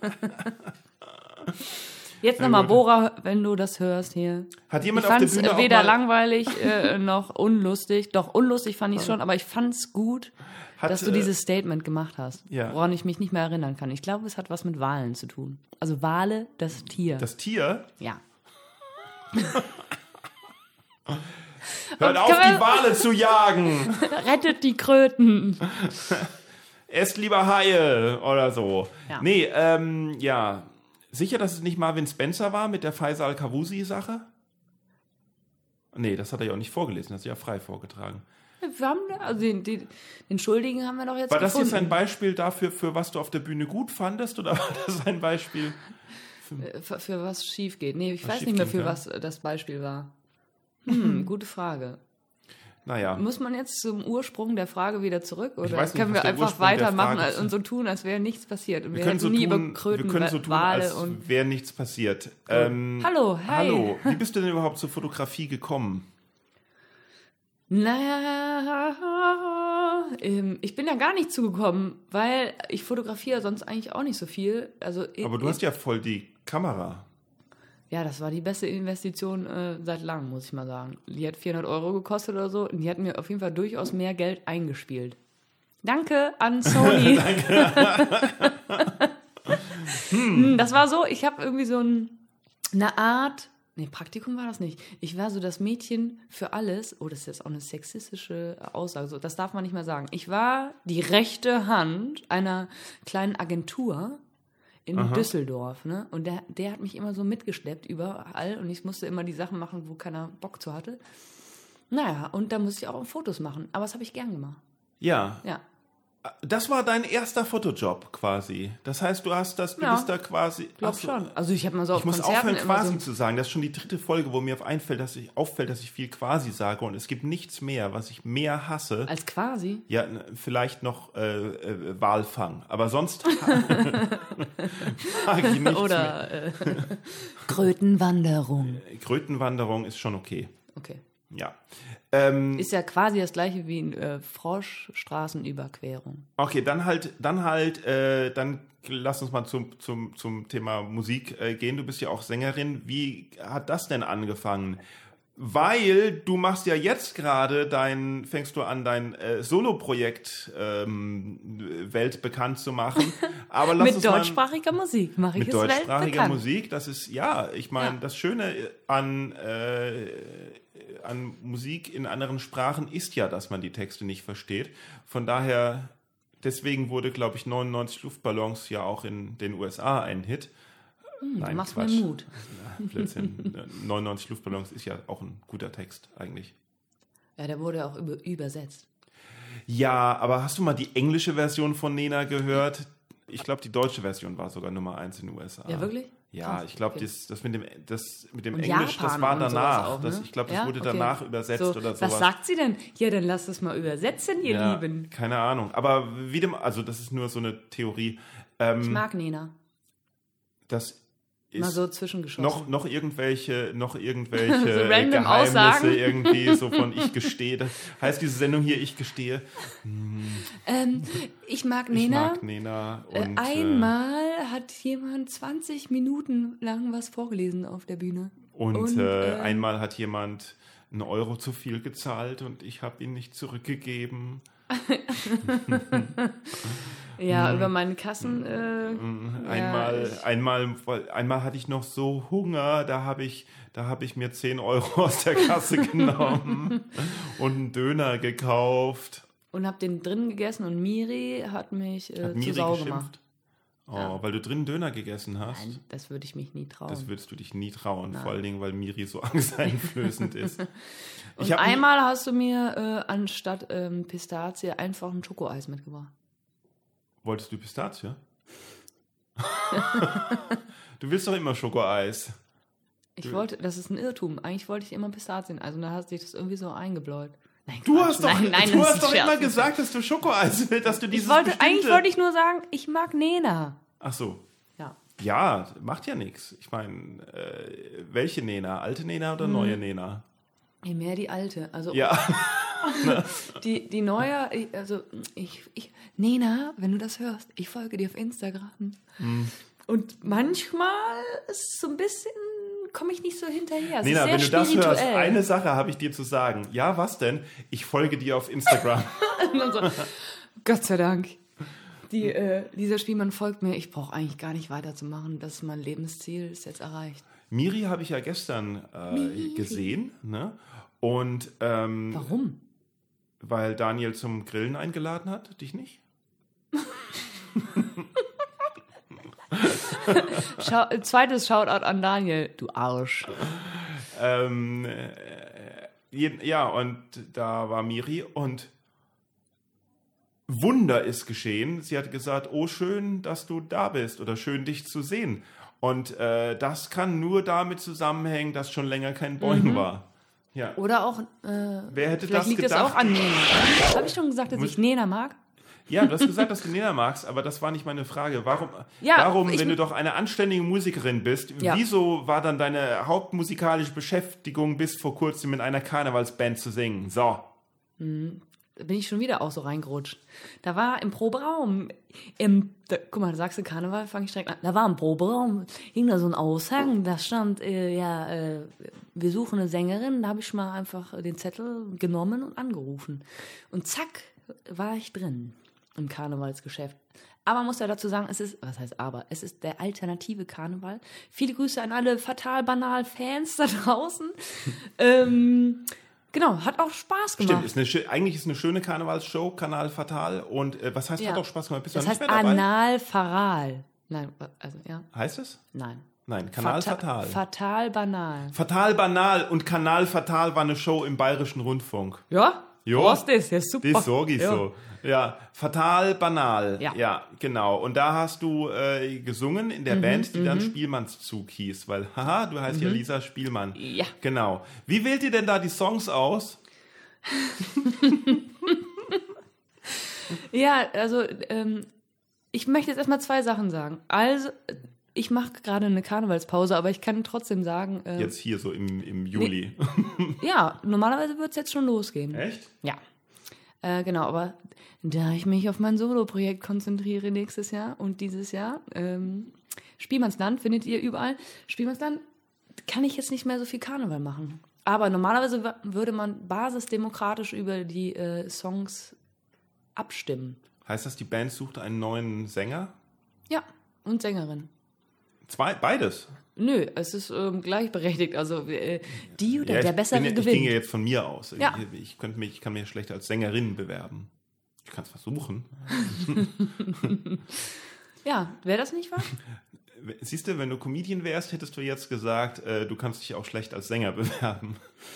Jetzt nochmal, Bora, wenn du das hörst hier. Hat Ich jemand auf der fand es Bühne auch weder mal, langweilig äh, noch unlustig. Doch, unlustig fand ich schon, aber ich fand es gut, hat, dass du äh, dieses Statement gemacht hast, ja. woran ich mich nicht mehr erinnern kann. Ich glaube, es hat was mit Wahlen zu tun. Also Wale, das Tier. das Tier, ja. hört Und auf, kann man- die Wale zu jagen. Rettet die Kröten. Esst lieber Haie oder so. Ja. Nee, ähm, ja. Sicher, dass es nicht Marvin Spencer war mit der Faisal Kavusi-Sache? Nee, das hat er ja auch nicht vorgelesen, das hat er ja frei vorgetragen. Wir haben, also den, den, den Schuldigen haben wir doch jetzt War das gefunden. jetzt ein Beispiel dafür, für was du auf der Bühne gut fandest, oder war das ein Beispiel? Äh, Für, für was schief geht. Nee, ich Was weiß nicht mehr, schief für ging, ja. was äh, das Beispiel war. Hm, gute Frage. Naja. Muss man jetzt zum Ursprung der Frage wieder zurück? Oder weiß nicht, können was wir der einfach Ursprung der weitermachen Frage ist. und so tun, als wäre nichts passiert? Und Wir wir, können, hätten so nie tun, über Kröten, wir können so tun, Wale als und... wäre nichts passiert. Ähm, Hallo, hi. Hallo, wie bist du denn überhaupt zur Fotografie gekommen? Naja, ähm, ich bin da gar nicht zugekommen, weil ich fotografiere sonst eigentlich auch nicht so viel. Also, Aber du hast ja voll die Kamera. Ja, das war die beste Investition äh, seit langem, muss ich mal sagen. Die hat vierhundert Euro gekostet oder so und die hat mir auf jeden Fall durchaus mehr Geld eingespielt. Danke an Sony. Danke. hm. Das war so, ich habe irgendwie so ein, eine Art, nee, Praktikum war das nicht. Ich war so das Mädchen für alles. Oh, das ist jetzt auch eine sexistische Aussage. So, das darf man nicht mehr sagen. Ich war die rechte Hand einer kleinen Agentur in Aha. Düsseldorf, ne? Und der, der hat mich immer so mitgeschleppt überall und ich musste immer die Sachen machen, wo keiner Bock zu hatte. Naja, und da musste ich auch Fotos machen, aber das habe ich gern gemacht. Ja. Ja. Das war dein erster Fotojob quasi. Das heißt, du hast das, du Ja. bist da quasi. Ich glaube Ach so, schon. Also ich habe mal so auf Ich muss Konzerten aufhören, immer quasi so... zu sagen. Das ist schon die dritte Folge, wo mir auf einfällt, dass ich auffällt, dass ich viel quasi sage. Und es gibt nichts mehr, was ich mehr hasse. Als quasi? Ja, n- vielleicht noch äh, äh, Walfang. Aber sonst mag ich nichts mehr. Oder äh, Krötenwanderung. Krötenwanderung ist schon okay. Okay. Ja. Ähm, Ist ja quasi das gleiche wie in äh, Froschstraßenüberquerung. okay, dann halt, dann halt, äh, dann lass uns mal zum, zum, zum Thema Musik äh, gehen. Du bist ja auch Sängerin. Wie hat das denn angefangen? Weil du machst ja jetzt gerade dein, fängst du an, dein äh, Solo-Projekt ähm, weltbekannt zu machen. Aber lass Mit uns mal, deutschsprachiger Musik mache ich mit es deutschsprachiger weltbekannt. Musik, das ist, ja, ich meine, Ja. das Schöne an, äh, an Musik in anderen Sprachen ist ja, dass man die Texte nicht versteht. Von daher, deswegen wurde, glaube ich, neunundneunzig Luftballons ja auch in den U S A ein Hit. Hm, Nein, du machst Quatsch. mir Mut. Ja, Blödsinn. neunundneunzig Luftballons ist ja auch ein guter Text eigentlich. Ja, der wurde auch über, übersetzt. Ja, aber hast du mal die englische Version von Nena gehört? Ich glaube, die deutsche Version war sogar Nummer eins in den U S A. Ja, wirklich? Ja, Krass, ich glaube, okay. das, das mit dem, das mit dem Und Englisch, das Japan war und sowas danach. auch, das, ne? ich glaube, das Ja? wurde Okay. danach übersetzt So, oder sowas. was sagt sie denn? Ja, dann lass es mal übersetzen, ihr ja, Lieben. Keine Ahnung. Aber wie dem, also das ist nur so eine Theorie. Ähm, Ich mag Nena. das ist Mal so zwischengeschossen. noch, noch irgendwelche, noch irgendwelche So random Geheimnisse Aussagen. irgendwie, so von ich gestehe. Das heißt diese Sendung hier, ich gestehe. Ähm, ich mag Ich Nena. mag Nena. Äh, Und, Einmal hat jemand zwanzig Minuten lang was vorgelesen auf der Bühne. Äh, und und, äh, äh, einmal hat jemand einen Euro zu viel gezahlt und ich habe ihn nicht zurückgegeben. Ja, über meine Kassen. Äh, Einmal, ich- einmal, einmal hatte ich noch so Hunger, da habe ich, da habe ich mir zehn Euro aus der Kasse genommen und einen Döner gekauft. und hab den drin gegessen und Miri hat mich äh, Hat zu Miri Sau geschimpft? gemacht. Oh, Ja. weil du drin Döner gegessen hast. Nein, das würde ich mich nie trauen. Das würdest du dich nie trauen, Nein. vor allen Dingen, weil Miri so angsteinflößend ist. und Ich hab nie- einmal hast du mir äh, anstatt ähm, Pistazie einfach ein Schokoeis mitgebracht. Wolltest du Pistazie? Du willst doch immer Schokoeis. Ich Du- wollte, das ist ein Irrtum. Eigentlich wollte ich immer Pistazien. Also da hat sich das irgendwie so eingebläut. Nein, Du Quatsch. hast doch, nein, nein, du das hast ist doch ein immer Scherz. gesagt, dass du Schokoeis willst, dass du dieses Ich wollte, bestimmte... eigentlich wollte ich nur sagen, ich mag Nena. Ach so. Ja. Ja, macht ja nichts. Ich meine, äh, welche Nena? Alte Nena oder neue Nena? Je mehr die alte. Also Ja. die, die neue, ich- also ich, ich, Nena, wenn du das hörst, ich folge dir auf Instagram. Hm. Und manchmal ist so ein bisschen, komme ich nicht so hinterher. Es Nena, ist wenn sehr du das spirituell. hörst, eine Sache habe ich dir zu sagen. Ja, was denn? Ich folge dir auf Instagram. Und dann so, Gott sei Dank. Die, äh, Lisa Spielmann folgt mir. Ich brauche eigentlich gar nicht weiterzumachen. Das ist mein Lebensziel, ist jetzt erreicht. Miri habe ich ja gestern äh, gesehen. Ne? Und ähm, Warum? weil Daniel zum Grillen eingeladen hat, dich nicht? Schau, äh, zweites Shoutout an Daniel. Du Arsch. Ähm, äh, je- ja, und da war Miri und Wunder ist geschehen. Sie hat gesagt, oh, schön, dass du da bist oder schön, dich zu sehen. Und äh, das kann nur damit zusammenhängen, dass schon länger kein Boing war. Ja. Oder auch, äh, Wer hätte vielleicht das liegt es gedacht? auch an Nena. Habe ich schon gesagt, dass Muss- ich Nena mag? Ja, du hast gesagt, dass du Nena magst, aber das war nicht meine Frage. Warum, Ja, warum ich- wenn du doch eine anständige Musikerin bist, Ja. wieso war dann deine hauptmusikalische Beschäftigung bis vor kurzem in einer Karnevalsband zu singen? So. Da bin ich schon wieder auch so reingerutscht. Da war im Proberaum, im, da, guck mal, da sagst du Karneval, fange ich direkt an. Da war im Proberaum, hing da so ein Aushang, da stand, äh, ja, äh, wir suchen eine Sängerin. Da habe ich mal einfach den Zettel genommen und angerufen. Und zack, war ich drin im Karnevalsgeschäft. Aber man muss ja dazu sagen, es ist, was heißt aber, es ist der alternative Karneval. Viele Grüße an alle fatal banal Fans da draußen. ähm, genau, hat auch Spaß gemacht. Stimmt, ist eine, schö- eigentlich ist eine schöne Karnevalsshow, Kanal Fatal. Und äh, was heißt, Ja. hat auch Spaß gemacht? Bist du Das noch heißt nicht mehr dabei? Anal-Faral. Nein, also ja, Heißt es? nein. Nein, Kanal Fata- Fatal. Fatal banal. Fatal Banal und Kanal Fatal war eine Show im Bayerischen Rundfunk. Ja? Jo, Brauchst das, ja super. das sag ich Ja. so. Ja, fatal banal. Ja. ja, genau. Und da hast du äh, gesungen in der Mhm, Band, die dann Spielmannszug hieß, weil, haha, du heißt ja Lisa Spielmann. Ja. Genau. Wie wählt ihr denn da die Songs aus? Ja, also ähm, ich möchte jetzt erstmal zwei Sachen sagen. Also, ich mache gerade eine Karnevalspause, aber ich kann trotzdem sagen, äh, Jetzt hier so im, im Juli. ja, normalerweise wird es jetzt schon losgehen. Echt? Ja. Äh, genau, aber da ich mich auf mein Solo-Projekt konzentriere nächstes Jahr und dieses Jahr, ähm, Spielmannsland findet ihr überall. Spielmannsland kann ich jetzt nicht mehr so viel Karneval machen. Aber normalerweise w- würde man basisdemokratisch über die äh, Songs abstimmen. Heißt das, die Band sucht einen neuen Sänger? Ja, und Sängerin. Zwei, beides? Nö, es ist ähm, gleichberechtigt. Also äh, die oder Ja, der ich Bessere bin, ich gewinnt. ginge jetzt von mir aus. Ja. Ich, ich, könnte mich, ich kann mich schlecht als Sängerin bewerben. Ich kann es versuchen. Ja, wäre das nicht wahr? Siehst du, wenn du Comedian wärst, hättest du jetzt gesagt, äh, du kannst dich auch schlecht als Sänger bewerben.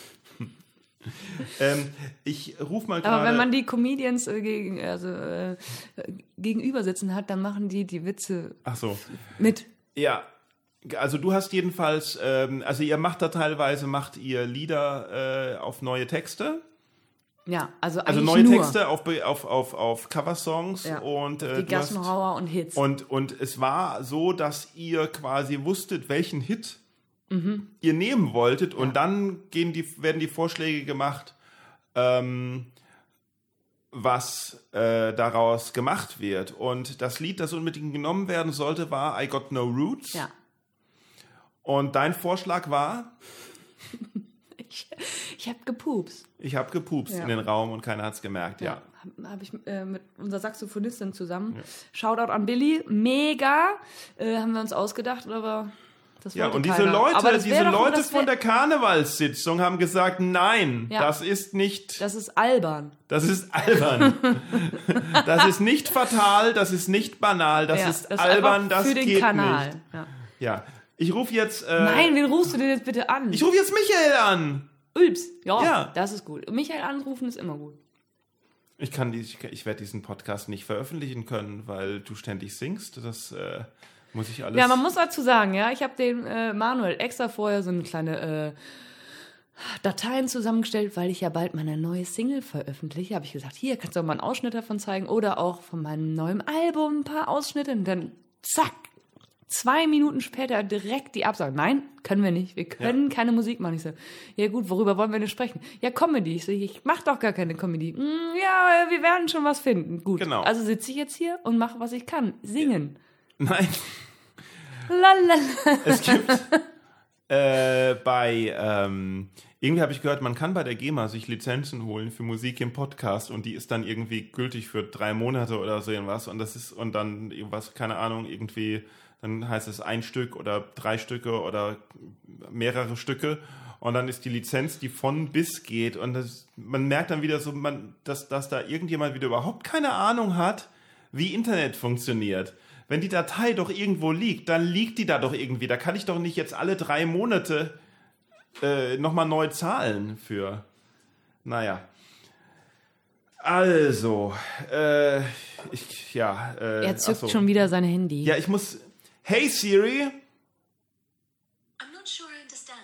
ähm, ich ruf mal gerade... Aber wenn man die Comedians äh, gegen, also, äh, gegenüber sitzen hat, dann machen die die Witze Ach so. mit. Ja, also du hast jedenfalls, ähm, also ihr macht da teilweise, macht ihr Lieder äh, auf neue Texte? Ja, also eigentlich Also neue nur Texte auf, auf, auf, auf Coversongs Ja. und äh, die du hast- Gassenhauer und Hits. Und, und es war so, dass ihr quasi wusstet, welchen Hit Mhm. ihr nehmen wolltet und dann gehen die, werden die Vorschläge gemacht, ähm, was äh, daraus gemacht wird. Und das Lied, das unbedingt genommen werden sollte, war I Got No Roots. ja. Und dein Vorschlag war, Ich, ich habe gepupst. ich habe gepupst Ja. in den Raum und keiner hat's gemerkt. Ja. Ja, habe hab ich äh, mit unserer Saxophonistin zusammen. Shoutout an Billy. Mega. Äh, haben wir uns ausgedacht, aber das Ja, wollte und diese keiner. Leute, aber das wär diese doch, Leute das wär, von der Karnevalssitzung haben gesagt, nein, Ja. das ist nicht, Das ist albern. das ist albern. Das ist nicht fatal, das ist nicht banal, das ja, ist das albern, einfach das für den geht Kanal. nicht. Ja. Ja, ich rufe jetzt, äh, Nein, wen rufst du denn jetzt bitte an? ich rufe jetzt Michael an. Ulps. Ja, Ja. das ist gut. Michael anrufen ist immer gut. Ich kann die, ich, ich werde diesen Podcast nicht veröffentlichen können, weil du ständig singst. Das äh, muss ich alles. Ja, man muss dazu sagen, ja, ich habe dem äh, Manuel extra vorher so eine kleine äh, Dateien zusammengestellt, weil ich ja bald meine neue Single veröffentliche. Habe ich gesagt, hier kannst du auch mal einen Ausschnitt davon zeigen oder auch von meinem neuen Album ein paar Ausschnitte und dann zack, zwei Minuten später direkt die Absage. Nein, können wir nicht. Wir können Ja. keine Musik machen. Ich so, ja gut, worüber wollen wir denn sprechen? Ja, Comedy. Ich so, ich mach doch gar keine Comedy. "Mm, ja, wir werden schon was finden. Gut. Genau. Also sitze ich jetzt hier und mache, was ich kann. Singen. Nein, Lalala. es gibt äh, bei, ähm, irgendwie habe ich gehört, man kann bei der GEMA sich Lizenzen holen für Musik im Podcast und die ist dann irgendwie gültig für drei Monate oder so irgendwas und das ist, und dann irgendwas, keine Ahnung, irgendwie, dann heißt es ein Stück oder drei Stücke oder mehrere Stücke und dann ist die Lizenz, die von bis geht und das, man merkt dann wieder so, man, dass, dass da irgendjemand wieder überhaupt keine Ahnung hat, wie Internet funktioniert. Wenn die Datei doch irgendwo liegt, dann liegt die da doch irgendwie. Da kann ich doch nicht jetzt alle drei Monate äh, nochmal neu zahlen für. Naja. Also, äh, ich, ja. Äh, Er zückt ach so. schon wieder sein Handy. Ja, ich muss. Hey Siri! I'm not sure I understand.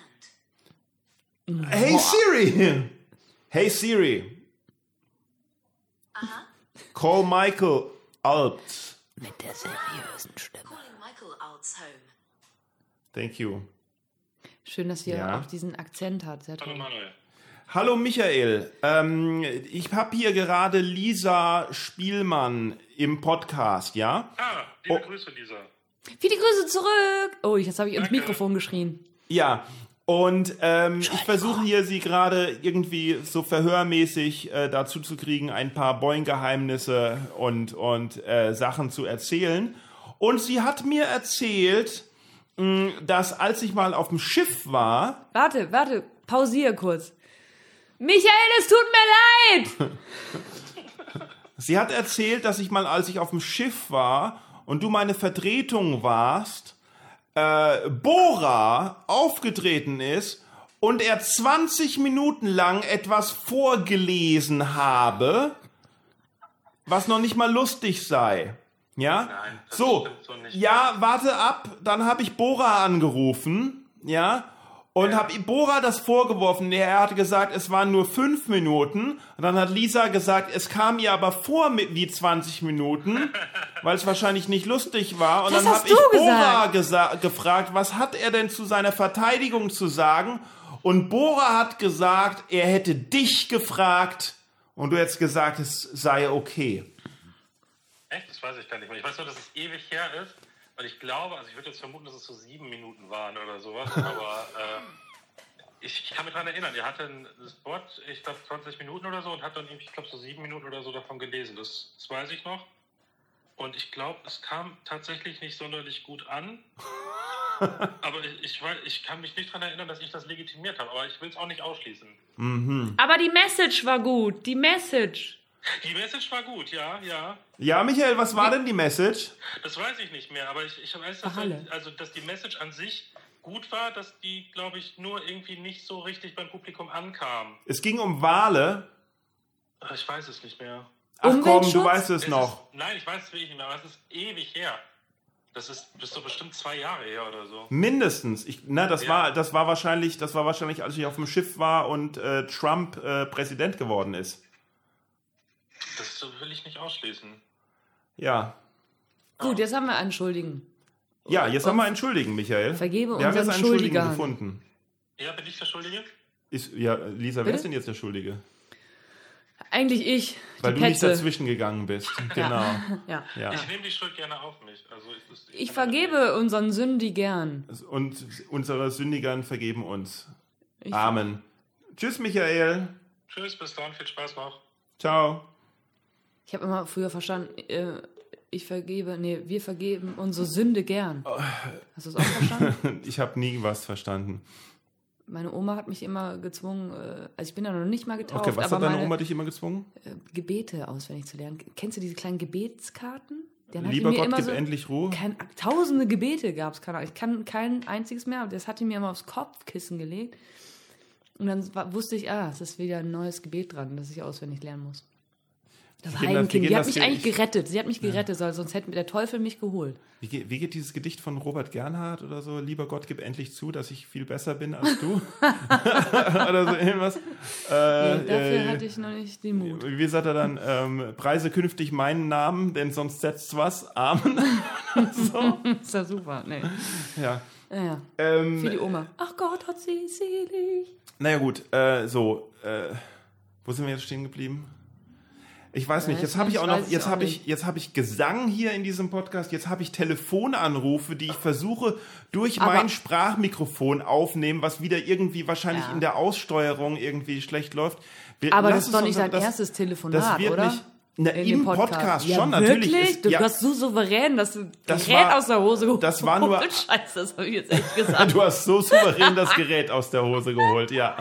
Hey Siri! Hey Siri! Aha. Call Michael Alpt. Mit der seriösen Stimme. Calling Michael Alt's home. Thank you. Schön, dass ihr Ja. auch diesen Akzent hat. Sehr toll. Manuel. Hallo Michael, ähm, ich habe hier gerade Lisa Spielmann im Podcast, ja? Ah, liebe Oh. Grüße, Lisa. Viele Grüße zurück. Oh, jetzt habe ich ins Danke. Mikrofon geschrien. Ja, und ähm, ich versuche hier sie gerade irgendwie so verhörmäßig äh, dazu zu kriegen, ein paar Boing-Geheimnisse und, und äh, Sachen zu erzählen. Und sie hat mir erzählt, mh, dass als ich mal auf dem Schiff war, Warte, warte, pausiere kurz. Michael, es tut mir leid. sie hat erzählt, dass ich mal, als ich auf dem Schiff war und du meine Vertretung warst, äh, Bora aufgetreten ist und er zwanzig Minuten lang etwas vorgelesen habe, was noch nicht mal lustig sei. Ja? Nein, das so, stimmt so nicht. ja, warte ab, dann habe ich Bora angerufen, ja, und habe Bora das vorgeworfen. Er hat gesagt, es waren nur fünf Minuten. Und dann hat Lisa gesagt, es kam ihr aber vor mit wie zwanzig Minuten, weil es wahrscheinlich nicht lustig war. Und Das dann hast habe ich du Bora gesa- gefragt, was hat er denn zu seiner Verteidigung zu sagen? Und Bora hat gesagt, er hätte dich gefragt und du hättest gesagt, es sei okay. Echt? Das weiß ich gar nicht mehr. Ich weiß nur, dass es ewig her ist. Und ich glaube, also ich würde jetzt vermuten, dass es so sieben Minuten waren oder sowas. Aber äh, ich, ich kann mich daran erinnern, er hatte einen Spot, ich glaube zwanzig Minuten oder so, und hat dann irgendwie, ich glaube, so sieben Minuten oder so davon gelesen. Das, das weiß ich noch. Und ich glaube, es kam tatsächlich nicht sonderlich gut an. Aber ich, ich, weiß, ich kann mich nicht daran erinnern, dass ich das legitimiert habe. Aber ich will es auch nicht ausschließen. Mhm. Aber die Message war gut. Die Message. Die Message war gut, ja, ja. Ja, Michael, was war denn die Message? Das weiß ich nicht mehr, aber ich, ich weiß, dass, Halle. also, dass die Message an sich gut war, dass die, glaube ich, nur irgendwie nicht so richtig beim Publikum ankam. Es ging um Wale. Ich weiß es nicht mehr. Ach komm, Umweltschutz? du weißt es Es noch. Ist, nein, ich weiß es wirklich nicht mehr, aber es ist ewig her. Das ist, das ist so bestimmt zwei Jahre her oder so. Mindestens. Ich, na, das Ja. war, das war wahrscheinlich, das war wahrscheinlich, als ich auf dem Schiff war und äh, Trump äh, Präsident geworden ist. Das will ich nicht ausschließen. Ja. Gut, jetzt haben wir einen Schuldigen. Ja, jetzt haben wir einen Schuldigen, Michael. Vergebe wir haben jetzt unseren einen Schuldigen Schuldigern. gefunden. Ja, bin ich der Schuldige? Ist, ja, Lisa, wer Bitte? ist denn jetzt der Schuldige? Eigentlich ich. Weil die du nicht Petze. dazwischen gegangen bist. Genau. Ja. Ja. Ich nehme die Schuld gerne auf mich. Also ich, das, Ich vergebe unseren Sündi gern. Und unsere Sündigern vergeben uns. Ich- Amen. Tschüss, Michael. Tschüss, bis dann, viel Spaß noch. Ciao. Ich habe immer früher verstanden, äh, ich vergebe, nee, wir vergeben unsere Sünde gern. Hast du es auch verstanden? Ich habe nie was verstanden. Meine Oma hat mich immer gezwungen, äh, also ich bin ja noch nicht mal getauft, Okay, was aber hat deine meine Oma dich immer gezwungen? äh, Gebete auswendig zu lernen. Kennst du diese kleinen Gebetskarten? Dann hat die Lieber mir Gott, immer gib so, endlich Ruhe. kein, tausende Gebete gab es, keine Ahnung. Ich kann kein einziges mehr, aber das hat die mir immer aufs Kopfkissen gelegt. Und dann war, wusste ich, ah, es ist wieder ein neues Gebet dran, das ich auswendig lernen muss. Das Wie geht das- wie Heidenkind, geht die hat das mich Ge- eigentlich ich- gerettet. Sie hat mich gerettet, weil sonst hätte der Teufel mich geholt. Wie geht, wie geht dieses Gedicht von Robert Gernhardt oder so? Lieber Gott, gib endlich zu, dass ich viel besser bin als du. Oder so irgendwas. Äh, Nee, dafür äh, hatte ich noch nicht den Mut. Wie sagt er dann? Ähm, preise künftig meinen Namen, denn sonst setzt's was. Amen. So. Ist ja super. Nee. Ja. Naja, Ähm, für die Oma. Ach Gott, hat sie selig. Naja gut, äh, so. Äh, wo sind wir jetzt stehen geblieben? Ich weiß nicht, jetzt habe ich auch weiß noch, ich jetzt auch habe ich, nicht. jetzt habe ich Gesang hier in diesem Podcast, jetzt habe ich Telefonanrufe, die ich versuche durch Aber- mein Sprachmikrofon aufnehmen, was wieder irgendwie wahrscheinlich Ja. in der Aussteuerung irgendwie schlecht läuft. Wir, Aber lass das ist uns doch nicht doch- dein das- erstes Telefonat, das wird oder? nicht- Na, In im dem Podcast, Ja, schon, wirklich? natürlich. Ist, Du ja, warst so souverän, dass du Das Gerät war- aus der Hose geholt das war nur- Scheiße, das habe ich jetzt echt gesagt. du hast so souverän das Gerät aus der Hose geholt, ja.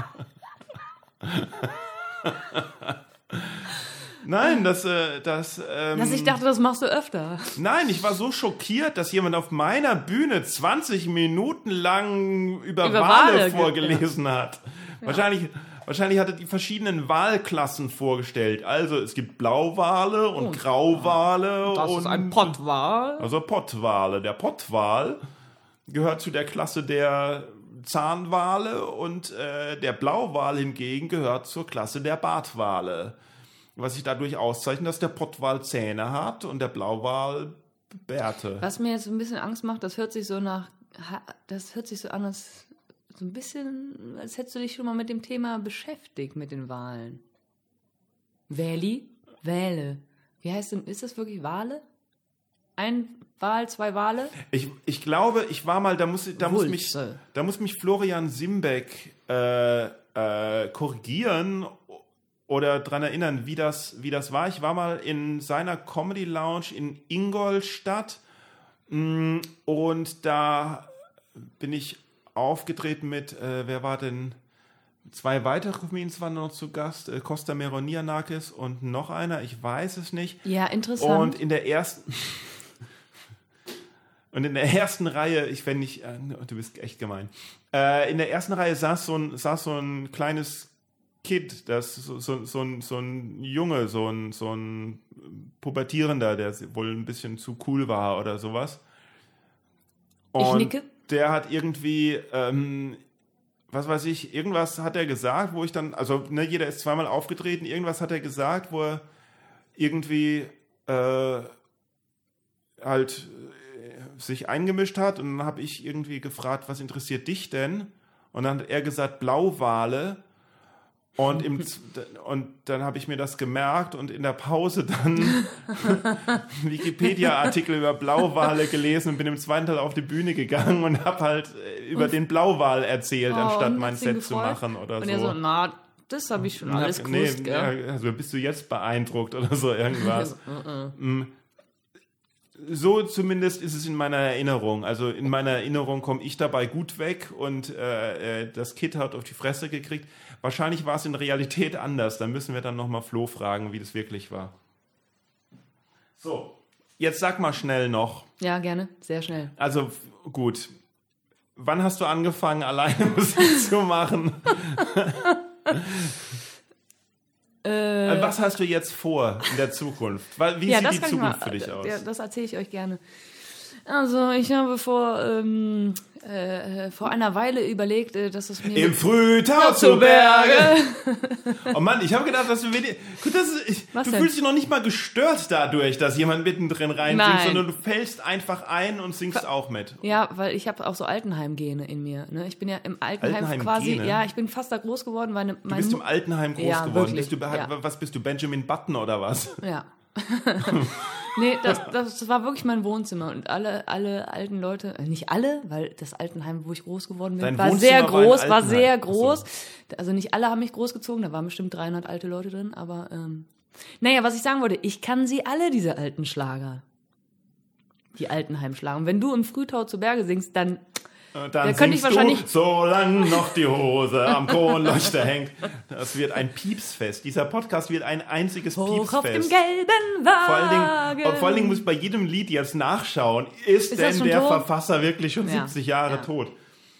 Nein, das, äh, das, ähm, Dass ich dachte, das machst du öfter. Nein, ich war so schockiert, dass jemand auf meiner Bühne zwanzig Minuten lang über, Über Wale, Wale, vorgelesen hat. Wahrscheinlich, wahrscheinlich hat er die verschiedenen Walklassen vorgestellt. Also es gibt Blauwale und Und- Grauwale Das und ist ein Pottwal. also Pottwale. Der Pottwal gehört zu der Klasse der Zahnwale und äh, der Blauwal hingegen gehört zur Klasse der Bartwale. Was sich dadurch auszeichnet, dass der Pottwal Zähne hat und der Blauwal Bärte. Was mir jetzt ein bisschen Angst macht, das hört sich so nach, das hört sich so an, als so ein bisschen, als hättest du dich schon mal mit dem Thema beschäftigt, mit den Wahlen. Wäli? Wähle. Wie heißt denn, ist das wirklich Wale? Ein Wal, zwei Wale? Ich, ich glaube, ich war mal, da muss, da muss, mich, Wulze. da muss mich Florian Simbeck äh, äh, korrigieren oder daran erinnern, wie das, wie das war. Ich war mal in seiner Comedy Lounge in Ingolstadt mh, und da bin ich aufgetreten mit, äh, wer war denn, zwei weitere Comedians waren noch zu Gast, äh, Costa Meronianakis und noch einer, ich weiß es nicht. Ja, interessant. Und in der ersten Und in der ersten Reihe, ich wenn nicht, äh, du bist echt gemein, äh, in der ersten Reihe saß so ein, saß so ein kleines Kind, das so, so, so, ein, so ein Junge, so ein, so ein Pubertierender, der wohl ein bisschen zu cool war oder sowas. Und Ich nicke. der hat irgendwie, ähm, was weiß ich, irgendwas hat er gesagt, wo ich dann, also ne, jeder ist zweimal aufgetreten, irgendwas hat er gesagt, wo er irgendwie äh, halt äh, sich eingemischt hat. Und dann habe ich irgendwie gefragt, was interessiert dich denn? Und dann hat er gesagt, Blauwale. Und, im, und dann habe ich mir das gemerkt und in der Pause dann Wikipedia-Artikel über Blauwale gelesen und bin im zweiten Teil auf die Bühne gegangen und habe halt über und den Blauwal erzählt, oh, anstatt mein Set zu machen oder und so. Und er so, na, das habe ich schon alles hab, gewusst, nee, gell? Ja, also bist du jetzt beeindruckt oder so irgendwas. So zumindest ist es in meiner Erinnerung. Also in meiner Erinnerung komme ich dabei gut weg und äh, das Kid hat auf die Fresse gekriegt. Wahrscheinlich war es in Realität anders. Da müssen wir dann nochmal Flo fragen, wie das wirklich war. So, jetzt sag mal schnell noch. Ja, gerne. Sehr schnell. Also gut. Wann hast du angefangen, alleine Musik zu machen? Äh, Was hast du jetzt vor in der Zukunft? Wie ja, sieht die Zukunft mal, für dich aus? Ja, das erzähle ich euch gerne. Also ich habe vor, ähm, äh, vor einer Weile überlegt, äh, dass es mir... Im Frühtau zu Berge! Oh Mann, ich habe gedacht, dass du... Gut, das ist, ich, du denn? fühlst dich noch nicht mal gestört dadurch, dass jemand mittendrin reinsingt, Nein. sondern du fällst einfach ein und singst Ver- auch mit. Ja, weil ich habe auch so Altenheim-Gene in mir. Ne? Ich bin ja im Altenheim, Altenheim quasi... Gene? Ja, ich bin fast da groß geworden, weil... Du bist im Altenheim groß ja, geworden. Wirklich, Bist du, ja. Was bist du, Benjamin Button oder was? Ja. Nee, das, das war wirklich mein Wohnzimmer und alle, alle alten Leute, äh, nicht alle, weil das Altenheim, wo ich groß geworden bin, Dein war Wohnzimmer sehr war groß, ein war Altenheim. sehr Ach so. groß. Also nicht alle haben mich großgezogen, da waren bestimmt dreihundert alte Leute drin, aber ähm, naja, was ich sagen wollte, ich kann sie alle, diese alten Schlager. Die Altenheim-Schlager. Und wenn du im Frühtau zu Berge singst, dann... Und Da dann könnte ich singst wahrscheinlich- du, solange noch die Hose am Kronleuchter hängt. Das wird ein Piepsfest. Dieser Podcast wird ein einziges Hoch Piepsfest. auf dem gelben Wagen. Vor allen, Dingen, vor allen Dingen muss ich bei jedem Lied jetzt nachschauen, ist, Ist das denn schon der tot? Verfasser wirklich schon Ja, siebzig Jahre ja. tot?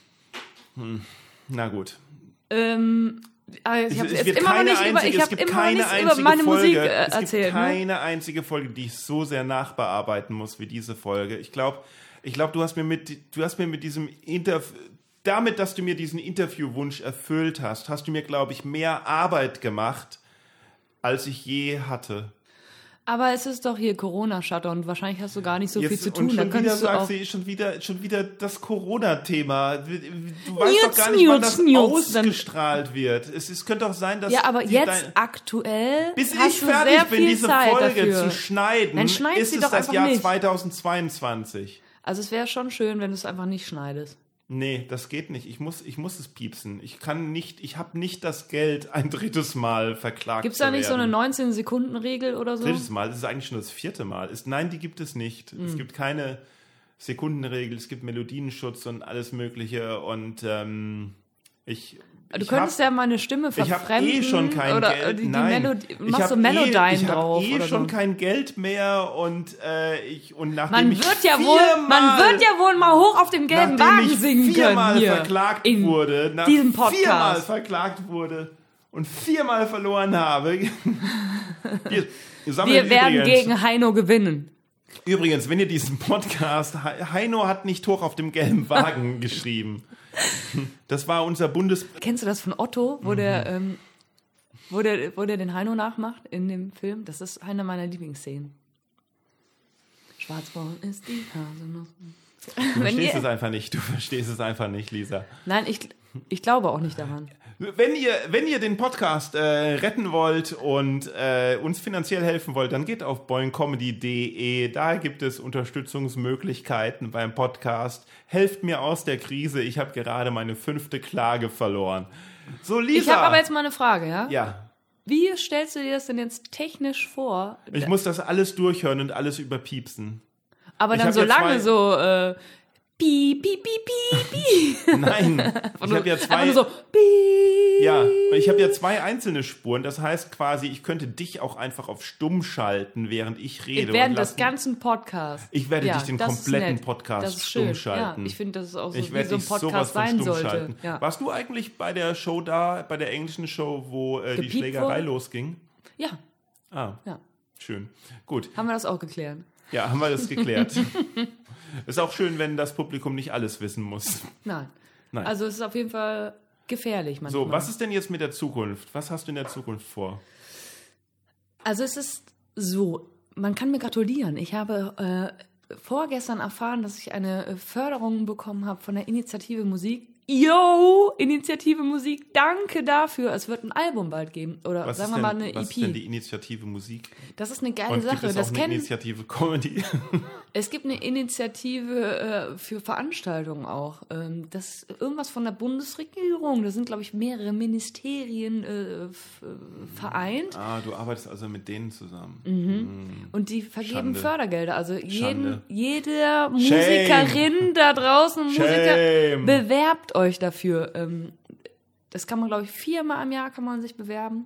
Hm. Na gut. Ähm, also ich habe Es jetzt wird immer noch keine nicht über, einzige- ich es habe gibt immer noch keine nichts über einzige meine Folge, Musik äh, Es gibt erzählt. Ne? keine einzige Folge, die ich so sehr nachbearbeiten muss wie diese Folge. Ich glaube, ich glaube, du hast mir mit, du hast mir mit diesem Interview, damit, dass du mir diesen Interviewwunsch erfüllt hast, hast du mir, glaube ich, mehr Arbeit gemacht, als ich je hatte. Aber es ist doch hier Corona-Shutdown und wahrscheinlich hast du gar nicht so Jetzt, viel zu und tun. schon Dann wieder könntest du sagt auch... sie, schon wieder, schon wieder das Corona-Thema. Du weißt Newts, doch gar nicht, wann das Newts, Newts. Dann- ausgestrahlt wird. Es, es könnte doch sein, dass... Ja, aber die jetzt dein- aktuell bis hast ich du fertig sehr bin, viel diese Zeit Folge dafür. zu schneiden, Dann schneid ist sie es doch das einfach Jahr nicht. zweitausendzweiundzwanzig. Also es wäre schon schön, wenn du es einfach nicht schneidest. Nee, das geht nicht. Ich muss, ich muss es piepsen. Ich kann nicht, ich habe nicht das Geld, ein drittes Mal verklagt Gibt es zu da nicht so eine werden. neunzehn-Sekunden-Regel oder so? Drittes Mal, das ist eigentlich schon das vierte Mal. Ist, nein, die gibt es nicht. Hm. Es gibt keine Sekundenregel, es gibt Melodienschutz und alles Mögliche. Und ähm, ich. Du ich könntest hab, ja meine Stimme Ich habe verfremden. eh schon kein oder Geld. Die, die Nein, Melodie, ich machst hab du Melodyne eh, ich drauf habe eh oder schon so. kein Geld mehr und äh, ich und nachdem Man ich wird ja viermal, wohl, man wird ja wohl mal hoch auf dem gelben nachdem Wagen ich singen viermal können hier verklagt in wurde, nach diesem Podcast. viermal verklagt wurde und viermal verloren habe. wir, Wir werden übrigens, gegen Heino gewinnen. Übrigens, wenn ihr diesen Podcast, Heino hat nicht hoch auf dem gelben Wagen geschrieben. Das war unser Bundes... Kennst du das von Otto, wo Mhm. der, ähm, wo der, wo der den Heino nachmacht in dem Film? Das ist eine meiner Lieblingsszenen. Schwarzbraun ist die Haselnuss. Du Wenn verstehst ihr- es einfach nicht, du verstehst es einfach nicht, Lisa. Nein, ich, ich glaube auch nicht daran. Wenn ihr, wenn ihr den Podcast äh, retten wollt und äh, uns finanziell helfen wollt, dann geht auf boingcomedy punkt de. Da gibt es Unterstützungsmöglichkeiten beim Podcast. Helft mir aus der Krise. Ich habe gerade meine fünfte Klage verloren. So, Lisa. Ich habe aber jetzt mal eine Frage, ja? Ja, Wie stellst du dir das denn jetzt technisch vor? ich muss das alles durchhören und alles überpiepsen. Aber ich dann hab so jetzt lange mal- so, äh, piep, piep, piep, piep, piep. Nein, ich habe ja zwei. Einfach nur so, piep. Ja, und ich habe ja zwei einzelne Spuren. Das heißt quasi, ich könnte dich auch einfach auf stumm schalten, während ich rede. Während und des lassen, ganzen Podcasts. Ich werde ja, dich den das ist kompletten nett. Podcast das ist stumm schön. schalten. Ja, ich finde, das ist auch so, Ich wie werde so ein dich sowas Podcast von sein stumm sollte. schalten. Ja. Warst du eigentlich bei der Show da, bei der englischen Show, wo äh, die Gepiept Schlägerei wurde? losging? ja, Ah, ja. schön. Gut. Haben wir das auch geklärt? Ja, haben wir das geklärt. Ist auch schön, wenn das Publikum nicht alles wissen muss. Nein. Nein. Also es ist auf jeden Fall gefährlich manchmal. So, was ist denn jetzt mit der Zukunft? Was hast du in der Zukunft vor? Also es ist so, man kann mir gratulieren. Ich habe äh, vorgestern erfahren, dass ich eine äh, Förderung bekommen habe von der Initiative Musik. Yo, Initiative Musik, danke dafür. Es wird ein Album bald geben. Oder Was sagen ist wir denn, mal eine was E ist denn P. die Initiative Musik? Das ist eine geile Und Sache. gibt es Das auch eine kennen, Initiative Comedy? es gibt eine Initiative äh, für Veranstaltungen auch. Ähm, das ist irgendwas von der Bundesregierung. Da sind, glaube ich, mehrere Ministerien äh, f- äh, vereint. Ah, du arbeitest also mit denen zusammen. Mhm. Und die vergeben Schande. Fördergelder. Also jeden, Schande. jede Musikerin da draußen, Musiker, Shame. bewerbt euch dafür. Ähm, Das kann man, glaube ich, viermal im Jahr kann man sich bewerben.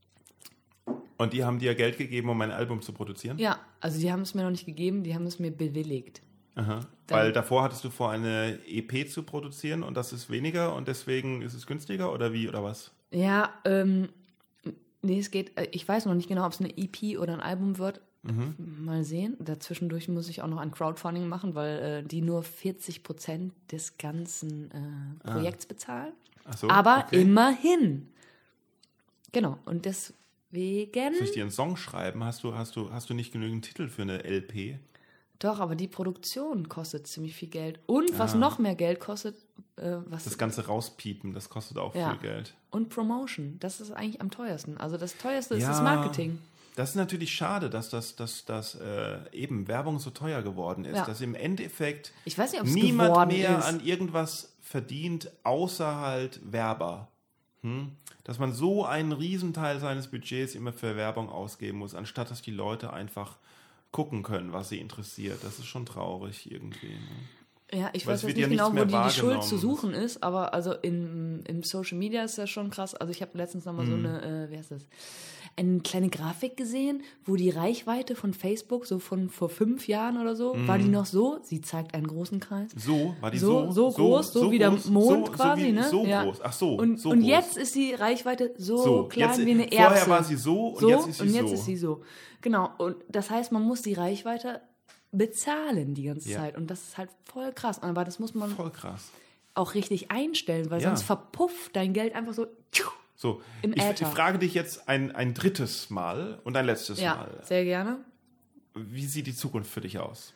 Und die haben dir Geld gegeben, um ein Album zu produzieren? Ja, also die haben es mir noch nicht gegeben, die haben es mir bewilligt. Aha. Weil davor hattest du vor, eine E P zu produzieren und das ist weniger und deswegen ist es günstiger oder wie oder was? Ja, ähm, nee, es geht, äh, ich weiß noch nicht genau, ob es eine E P oder ein Album wird. Mhm. Mal sehen. Dazwischendurch muss ich auch noch ein Crowdfunding machen, weil äh, die nur vierzig Prozent des ganzen äh, Projekts bezahlen. Ach so, Aber okay. immerhin. Genau, und deswegen... Soll ich dir einen Song schreiben? Hast du, hast du, hast du nicht genügend Titel für eine L P? Doch, aber die Produktion kostet ziemlich viel Geld. Und was Ah. noch mehr Geld kostet, äh, was Das ganze Rauspiepen, das kostet auch Ja. viel Geld. und Promotion. Das ist eigentlich am teuersten. Also das teuerste ist Ja. das Marketing. Das ist natürlich schade, dass das, dass, dass, äh, eben Werbung so teuer geworden ist. Ja. Dass im Endeffekt Ich weiß nicht, ob es niemand geworden mehr ist. an irgendwas verdient, außer halt Werber. Hm? Dass man so einen Riesenteil seines Budgets immer für Werbung ausgeben muss, anstatt dass die Leute einfach gucken können, was sie interessiert. Das ist schon traurig irgendwie. Ne? Ja, ich Weil weiß es jetzt wird nicht ja nichts genau, wo mehr die, die Schuld wahrgenommen. zu suchen ist, aber also im, im Social Media ist das schon krass. Also ich habe letztens nochmal Mhm. so eine, äh, wie heißt das, eine kleine Grafik gesehen, wo die Reichweite von Facebook, so von vor fünf Jahren oder so, war Mhm. die noch so, sie zeigt einen großen Kreis. So, war die So, so, so, groß, so, wie der groß, Mond so, quasi, so wie, ne? So Ja. groß, ach so, Und, so und groß. jetzt ist die Reichweite so, so, klein jetzt, wie eine Erbse. Vorher war sie so und so, jetzt ist sie und jetzt so. ist sie so. Genau, und das heißt, man muss die Reichweite bezahlen die ganze Ja. Zeit. Und das ist halt voll krass. Aber das muss man Voll krass. auch richtig einstellen, weil Ja. sonst verpufft dein Geld einfach so. So, Im ich, ich Äther. frage dich jetzt ein, ein drittes Mal und ein letztes Ja, Mal. sehr gerne. Wie sieht die Zukunft für dich aus?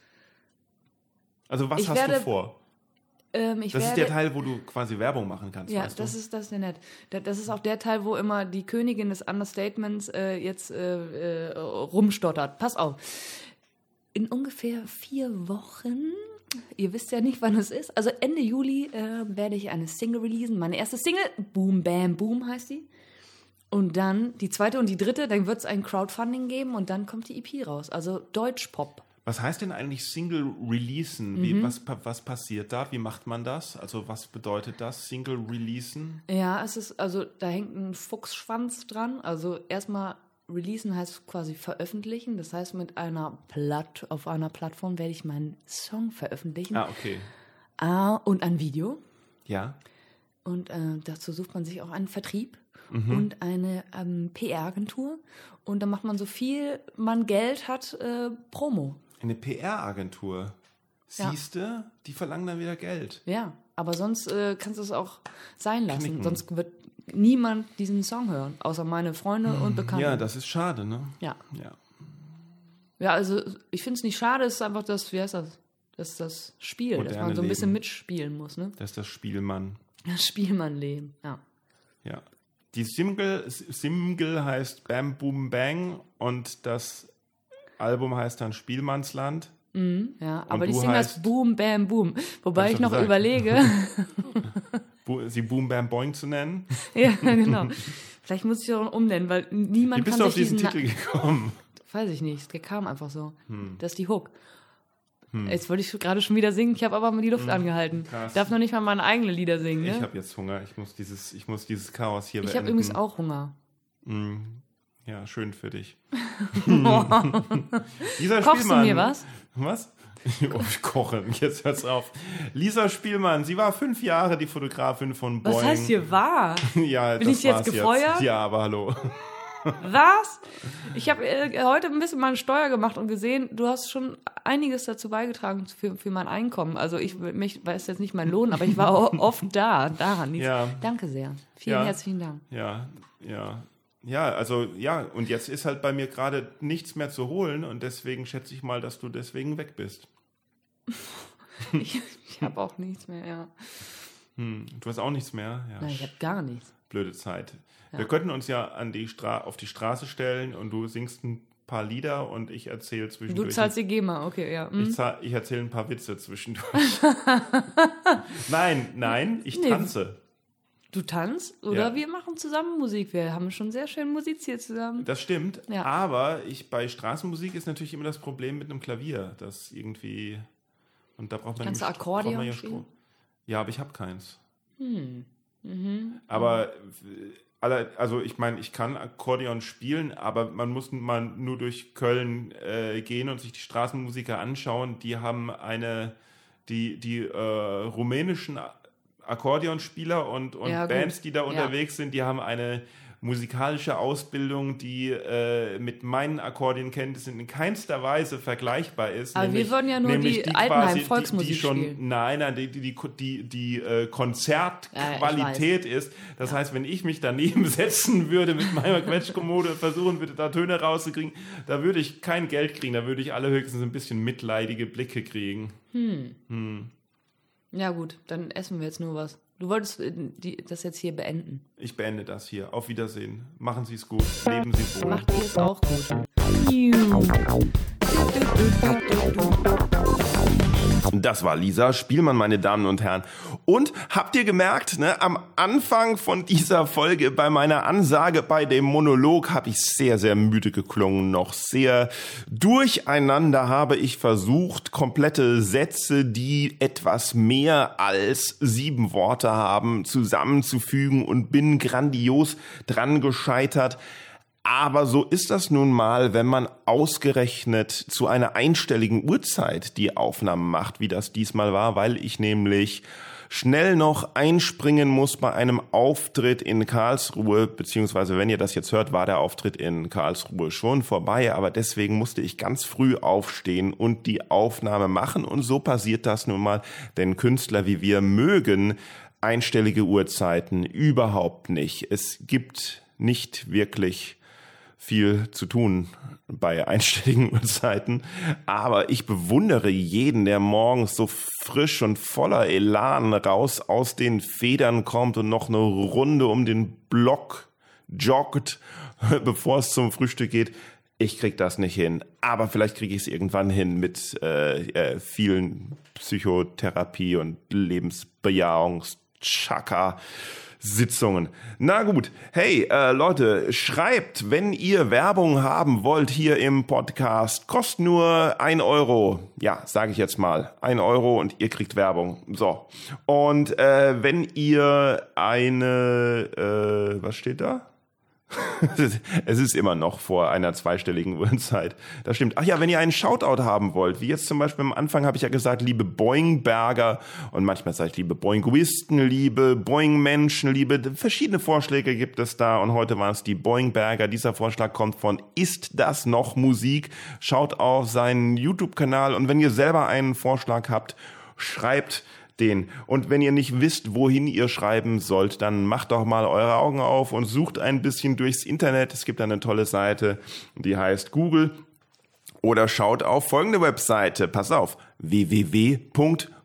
Also was Ich hast werde- du vor? Ähm, ich Das ist werde, der Teil, wo du quasi Werbung machen kannst, Ja, weißt das du? ist, das ist ja nett. Da- Das ist auch der Teil, wo immer die Königin des Understatements äh, jetzt äh, äh, rumstottert. Pass auf. In ungefähr vier Wochen, ihr wisst ja nicht, wann es ist, also Ende Juli äh, werde ich eine Single releasen. Meine erste Single, Boom Bam Boom heißt die. Und dann die zweite und die dritte, dann wird es ein Crowdfunding geben und dann kommt die E P raus. Also Deutschpop. Was heißt denn eigentlich Single releasen? Wie, Mhm. was, pa- was passiert da? Wie macht man das? Also was bedeutet das, Single releasen? Ja, es ist, also da hängt ein Fuchsschwanz dran. Also erstmal releasen heißt quasi veröffentlichen. Das heißt, mit einer Platt, auf einer Plattform werde ich meinen Song veröffentlichen. Ah, okay. Ah, und ein Video. Ja. Und äh, dazu sucht man sich auch einen Vertrieb Mhm. und eine ähm, P R-Agentur. Und dann macht man so viel man Geld hat, äh, Promo. Eine P R-Agentur. Ja. Siehste, die verlangen dann wieder Geld. Ja, aber sonst äh, kannst du es auch sein lassen. Knicken. Sonst wird niemand diesen Song hören, außer meine Freunde und Bekannte. Ja, das ist schade, ne? ja. Ja. Ja, also ich finde es nicht schade, es ist einfach das, wie heißt das? Das ist das Spiel, dass Moderne man so ein bisschen Leben. mitspielen muss, ne? Das ist das Spielmann. Das Spielmannleben, ja. Ja. Die Single, Single heißt Bam Boom Bang und das Album heißt dann Spielmannsland. Ja, aber die du Single heißt- heißt Boom, Bam, Boom. Wobei Hab ich ich doch noch gesagt. überlege, Bu- Sie Boom Bam Boing zu nennen. ja, genau. Vielleicht muss ich auch umnennen, weil Wie niemand bist kann du sich auf diesen diesen... Titel gekommen? Na- weiß ich nicht, der kam einfach so. Hm. Das ist die Hook. Jetzt wollte ich gerade schon wieder singen, ich habe aber mal die Luft angehalten. Krass. Ich darf noch nicht mal meine eigenen Lieder singen, ne? Ich habe jetzt Hunger. Ich muss dieses, ich muss dieses Chaos hier Ich beenden. habe übrigens auch Hunger. Ja, schön für dich. Kochst Lisa du Spielmann. mir was? Was? Oh, ich koche. Jetzt hört's auf. Lisa Spielmann, sie war fünf Jahre die Fotografin von Boeing. Was heißt hier wahr? Ja, Bin das ich jetzt war's gefeuert? Ja, aber hallo. Was? Ich habe äh, heute ein bisschen meine Steuer gemacht und gesehen, du hast schon einiges dazu beigetragen für, für mein Einkommen. Also ich mich, weiß jetzt nicht mein Lohn, aber ich war o- oft da. Daran liegt's. Ja. Danke sehr. Vielen Ja. herzlichen Dank. Ja, ja. Ja, also ja, und jetzt ist halt bei mir gerade nichts mehr zu holen und deswegen schätze ich mal, dass du deswegen weg bist. Ich, ich habe auch nichts mehr, ja. Hm, du hast auch nichts mehr? Ja, Nein, ich habe gar nichts. blöde Zeit. Wir könnten uns ja an die Stra- auf die Straße stellen und du singst ein paar Lieder und ich erzähle Du zwischendurch. zahlst die GEMA, okay, ja. Hm. ich, zahl, ich erzähle ein paar Witze zwischendurch. nein, nein, ich Nee. tanze. Du tanzt oder Ja. wir machen zusammen Musik. Wir haben schon sehr schön musiziert zusammen. Das stimmt, Ja. aber ich, bei Straßenmusik ist natürlich immer das Problem mit einem Klavier, das irgendwie, und da braucht man Kannst du nämlich- Akkordeon braucht man ja spielen? Strom. Ja, aber ich habe keins. Hm. Mhm. Aber, äh, alle, also ich meine, ich kann Akkordeon spielen, aber man muss mal nur durch Köln äh, gehen und sich die Straßenmusiker anschauen. Die haben eine, die, die äh, rumänischen Akkordeonspieler und, und Ja, gut. Bands, die da Ja. unterwegs sind, die haben eine musikalische Ausbildung, die äh, mit meinen Akkordeonkenntnissen in keinster Weise vergleichbar ist. Aber wir würden ja nur die Altenheim-Volksmusik die, die schon, spielen. Nein, nein, die, die, die, die, die äh, Ja, Konzertqualität ist. Das heißt, wenn ich mich daneben setzen würde mit meiner Quetschkommode und versuchen würde, da Töne rauszukriegen, da würde ich kein Geld kriegen, da würde ich allerhöchstens ein bisschen mitleidige Blicke kriegen. Ja gut, dann essen wir jetzt nur was. Du wolltest äh, die, das jetzt hier beenden. Ich beende das hier. Auf Wiedersehen. Machen Sie es gut. Leben Sie wohl. Macht ihr es auch gut. Das war Lisa Spielmann, meine Damen und Herren. Und habt ihr gemerkt, ne, am Anfang von dieser Folge bei meiner Ansage, bei dem Monolog, habe ich sehr, sehr müde geklungen, noch sehr durcheinander habe ich versucht, komplette Sätze, die etwas mehr als sieben Worte haben, zusammenzufügen und bin grandios dran gescheitert. Aber so ist das nun mal, wenn man ausgerechnet zu einer einstelligen Uhrzeit die Aufnahmen macht, wie das diesmal war, weil ich nämlich schnell noch einspringen muss bei einem Auftritt in Karlsruhe, beziehungsweise wenn ihr das jetzt hört, war der Auftritt in Karlsruhe schon vorbei, aber deswegen musste ich ganz früh aufstehen und die Aufnahme machen und so passiert das nun mal, denn Künstler wie wir mögen einstellige Uhrzeiten überhaupt nicht. Es gibt nicht wirklich viel zu tun bei einstelligen Uhrzeiten, aber ich bewundere jeden, der morgens so frisch und voller Elan raus aus den Federn kommt und noch eine Runde um den Block joggt, bevor es zum Frühstück geht. Ich krieg das nicht hin, aber vielleicht kriege ich es irgendwann hin mit äh, äh, vielen Psychotherapie und Lebensbejahungs-Chaka Sitzungen. Na gut, hey äh, Leute, schreibt, wenn ihr Werbung haben wollt hier im Podcast. Kostet nur ein Euro. Ja, sage ich jetzt mal. Ein Euro und ihr kriegt Werbung. So. Und äh, wenn ihr eine, äh, was steht da? Es ist immer noch vor einer zweistelligen Uhrzeit. Das stimmt. Ach ja, wenn ihr einen Shoutout haben wollt, wie jetzt zum Beispiel am Anfang habe ich ja gesagt, liebe Boingberger und manchmal sage ich liebe Boinguisten, liebe Boingmenschen, liebe verschiedene Vorschläge gibt es da und heute waren es die Boingberger. Dieser Vorschlag kommt von Ist das noch Musik? Schaut auf seinen YouTube-Kanal und wenn ihr selber einen Vorschlag habt, schreibt den. Und wenn ihr nicht wisst, wohin ihr schreiben sollt, dann macht doch mal eure Augen auf und sucht ein bisschen durchs Internet. Es gibt eine tolle Seite, die heißt Google. Oder schaut auf folgende Webseite. Pass auf, w w w punkt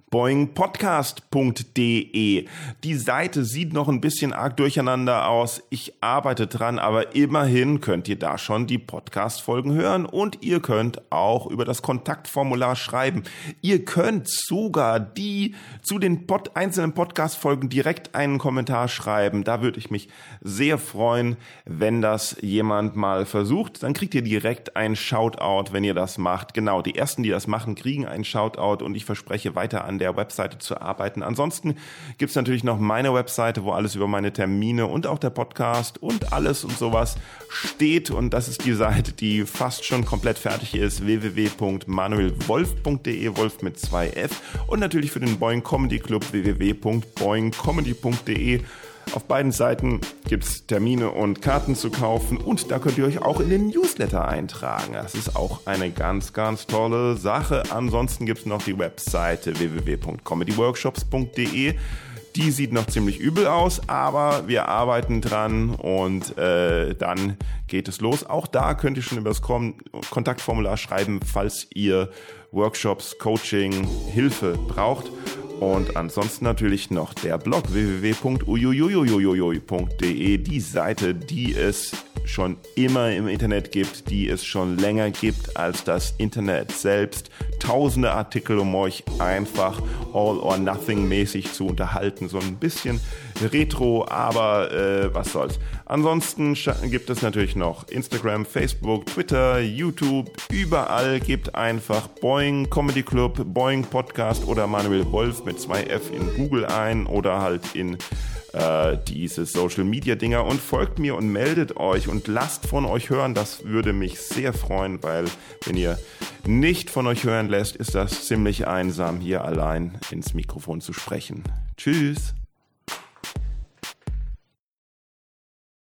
boing podcast punkt de. Die Seite sieht noch ein bisschen arg durcheinander aus. Ich arbeite dran, aber immerhin könnt ihr da schon die Podcast-Folgen hören und ihr könnt auch über das Kontaktformular schreiben. Ihr könnt sogar die zu den Pod- einzelnen Podcast-Folgen direkt einen Kommentar schreiben. Da würde ich mich sehr freuen, wenn das jemand mal versucht. Dann kriegt ihr direkt einen Shoutout, wenn ihr das macht. Genau, die ersten, die das machen, kriegen einen Shoutout und ich verspreche weiter an der Webseite zu arbeiten. Ansonsten gibt es natürlich noch meine Webseite, wo alles über meine Termine und auch der Podcast und alles und sowas steht. Und das ist die Seite, die fast schon komplett fertig ist. w w w punkt manuel wolf punkt de, Wolf mit zwei F. Und natürlich für den Boing Comedy Club w w w punkt boing comedy punkt de. Auf beiden Seiten gibt es Termine und Karten zu kaufen und da könnt ihr euch auch in den Newsletter eintragen. Das ist auch eine ganz, ganz tolle Sache. Ansonsten gibt es noch die Webseite w w w punkt comedy workshops punkt de. Die sieht noch ziemlich übel aus, aber wir arbeiten dran und äh, dann geht es los. Auch da könnt ihr schon über das Kom- Kontaktformular schreiben, falls ihr Workshops, Coaching, Hilfe braucht. Und ansonsten natürlich noch der Blog w w w punkt uiuiuiuiui punkt de, die Seite, die es schon immer im Internet gibt, die es schon länger gibt als das Internet selbst. Tausende Artikel, um euch einfach All-or-Nothing-mäßig zu unterhalten. So ein bisschen retro, aber äh, was soll's. Ansonsten gibt es natürlich noch Instagram, Facebook, Twitter, YouTube. Überall gebt einfach Boing Comedy Club, Boing Podcast oder Manuel Wolf mit zwei F in Google ein oder halt in äh, diese Social Media Dinger und folgt mir und meldet euch und lasst von euch hören. Das würde mich sehr freuen, weil wenn ihr nicht von euch hören lässt, ist das ziemlich einsam, hier allein ins Mikrofon zu sprechen. Tschüss!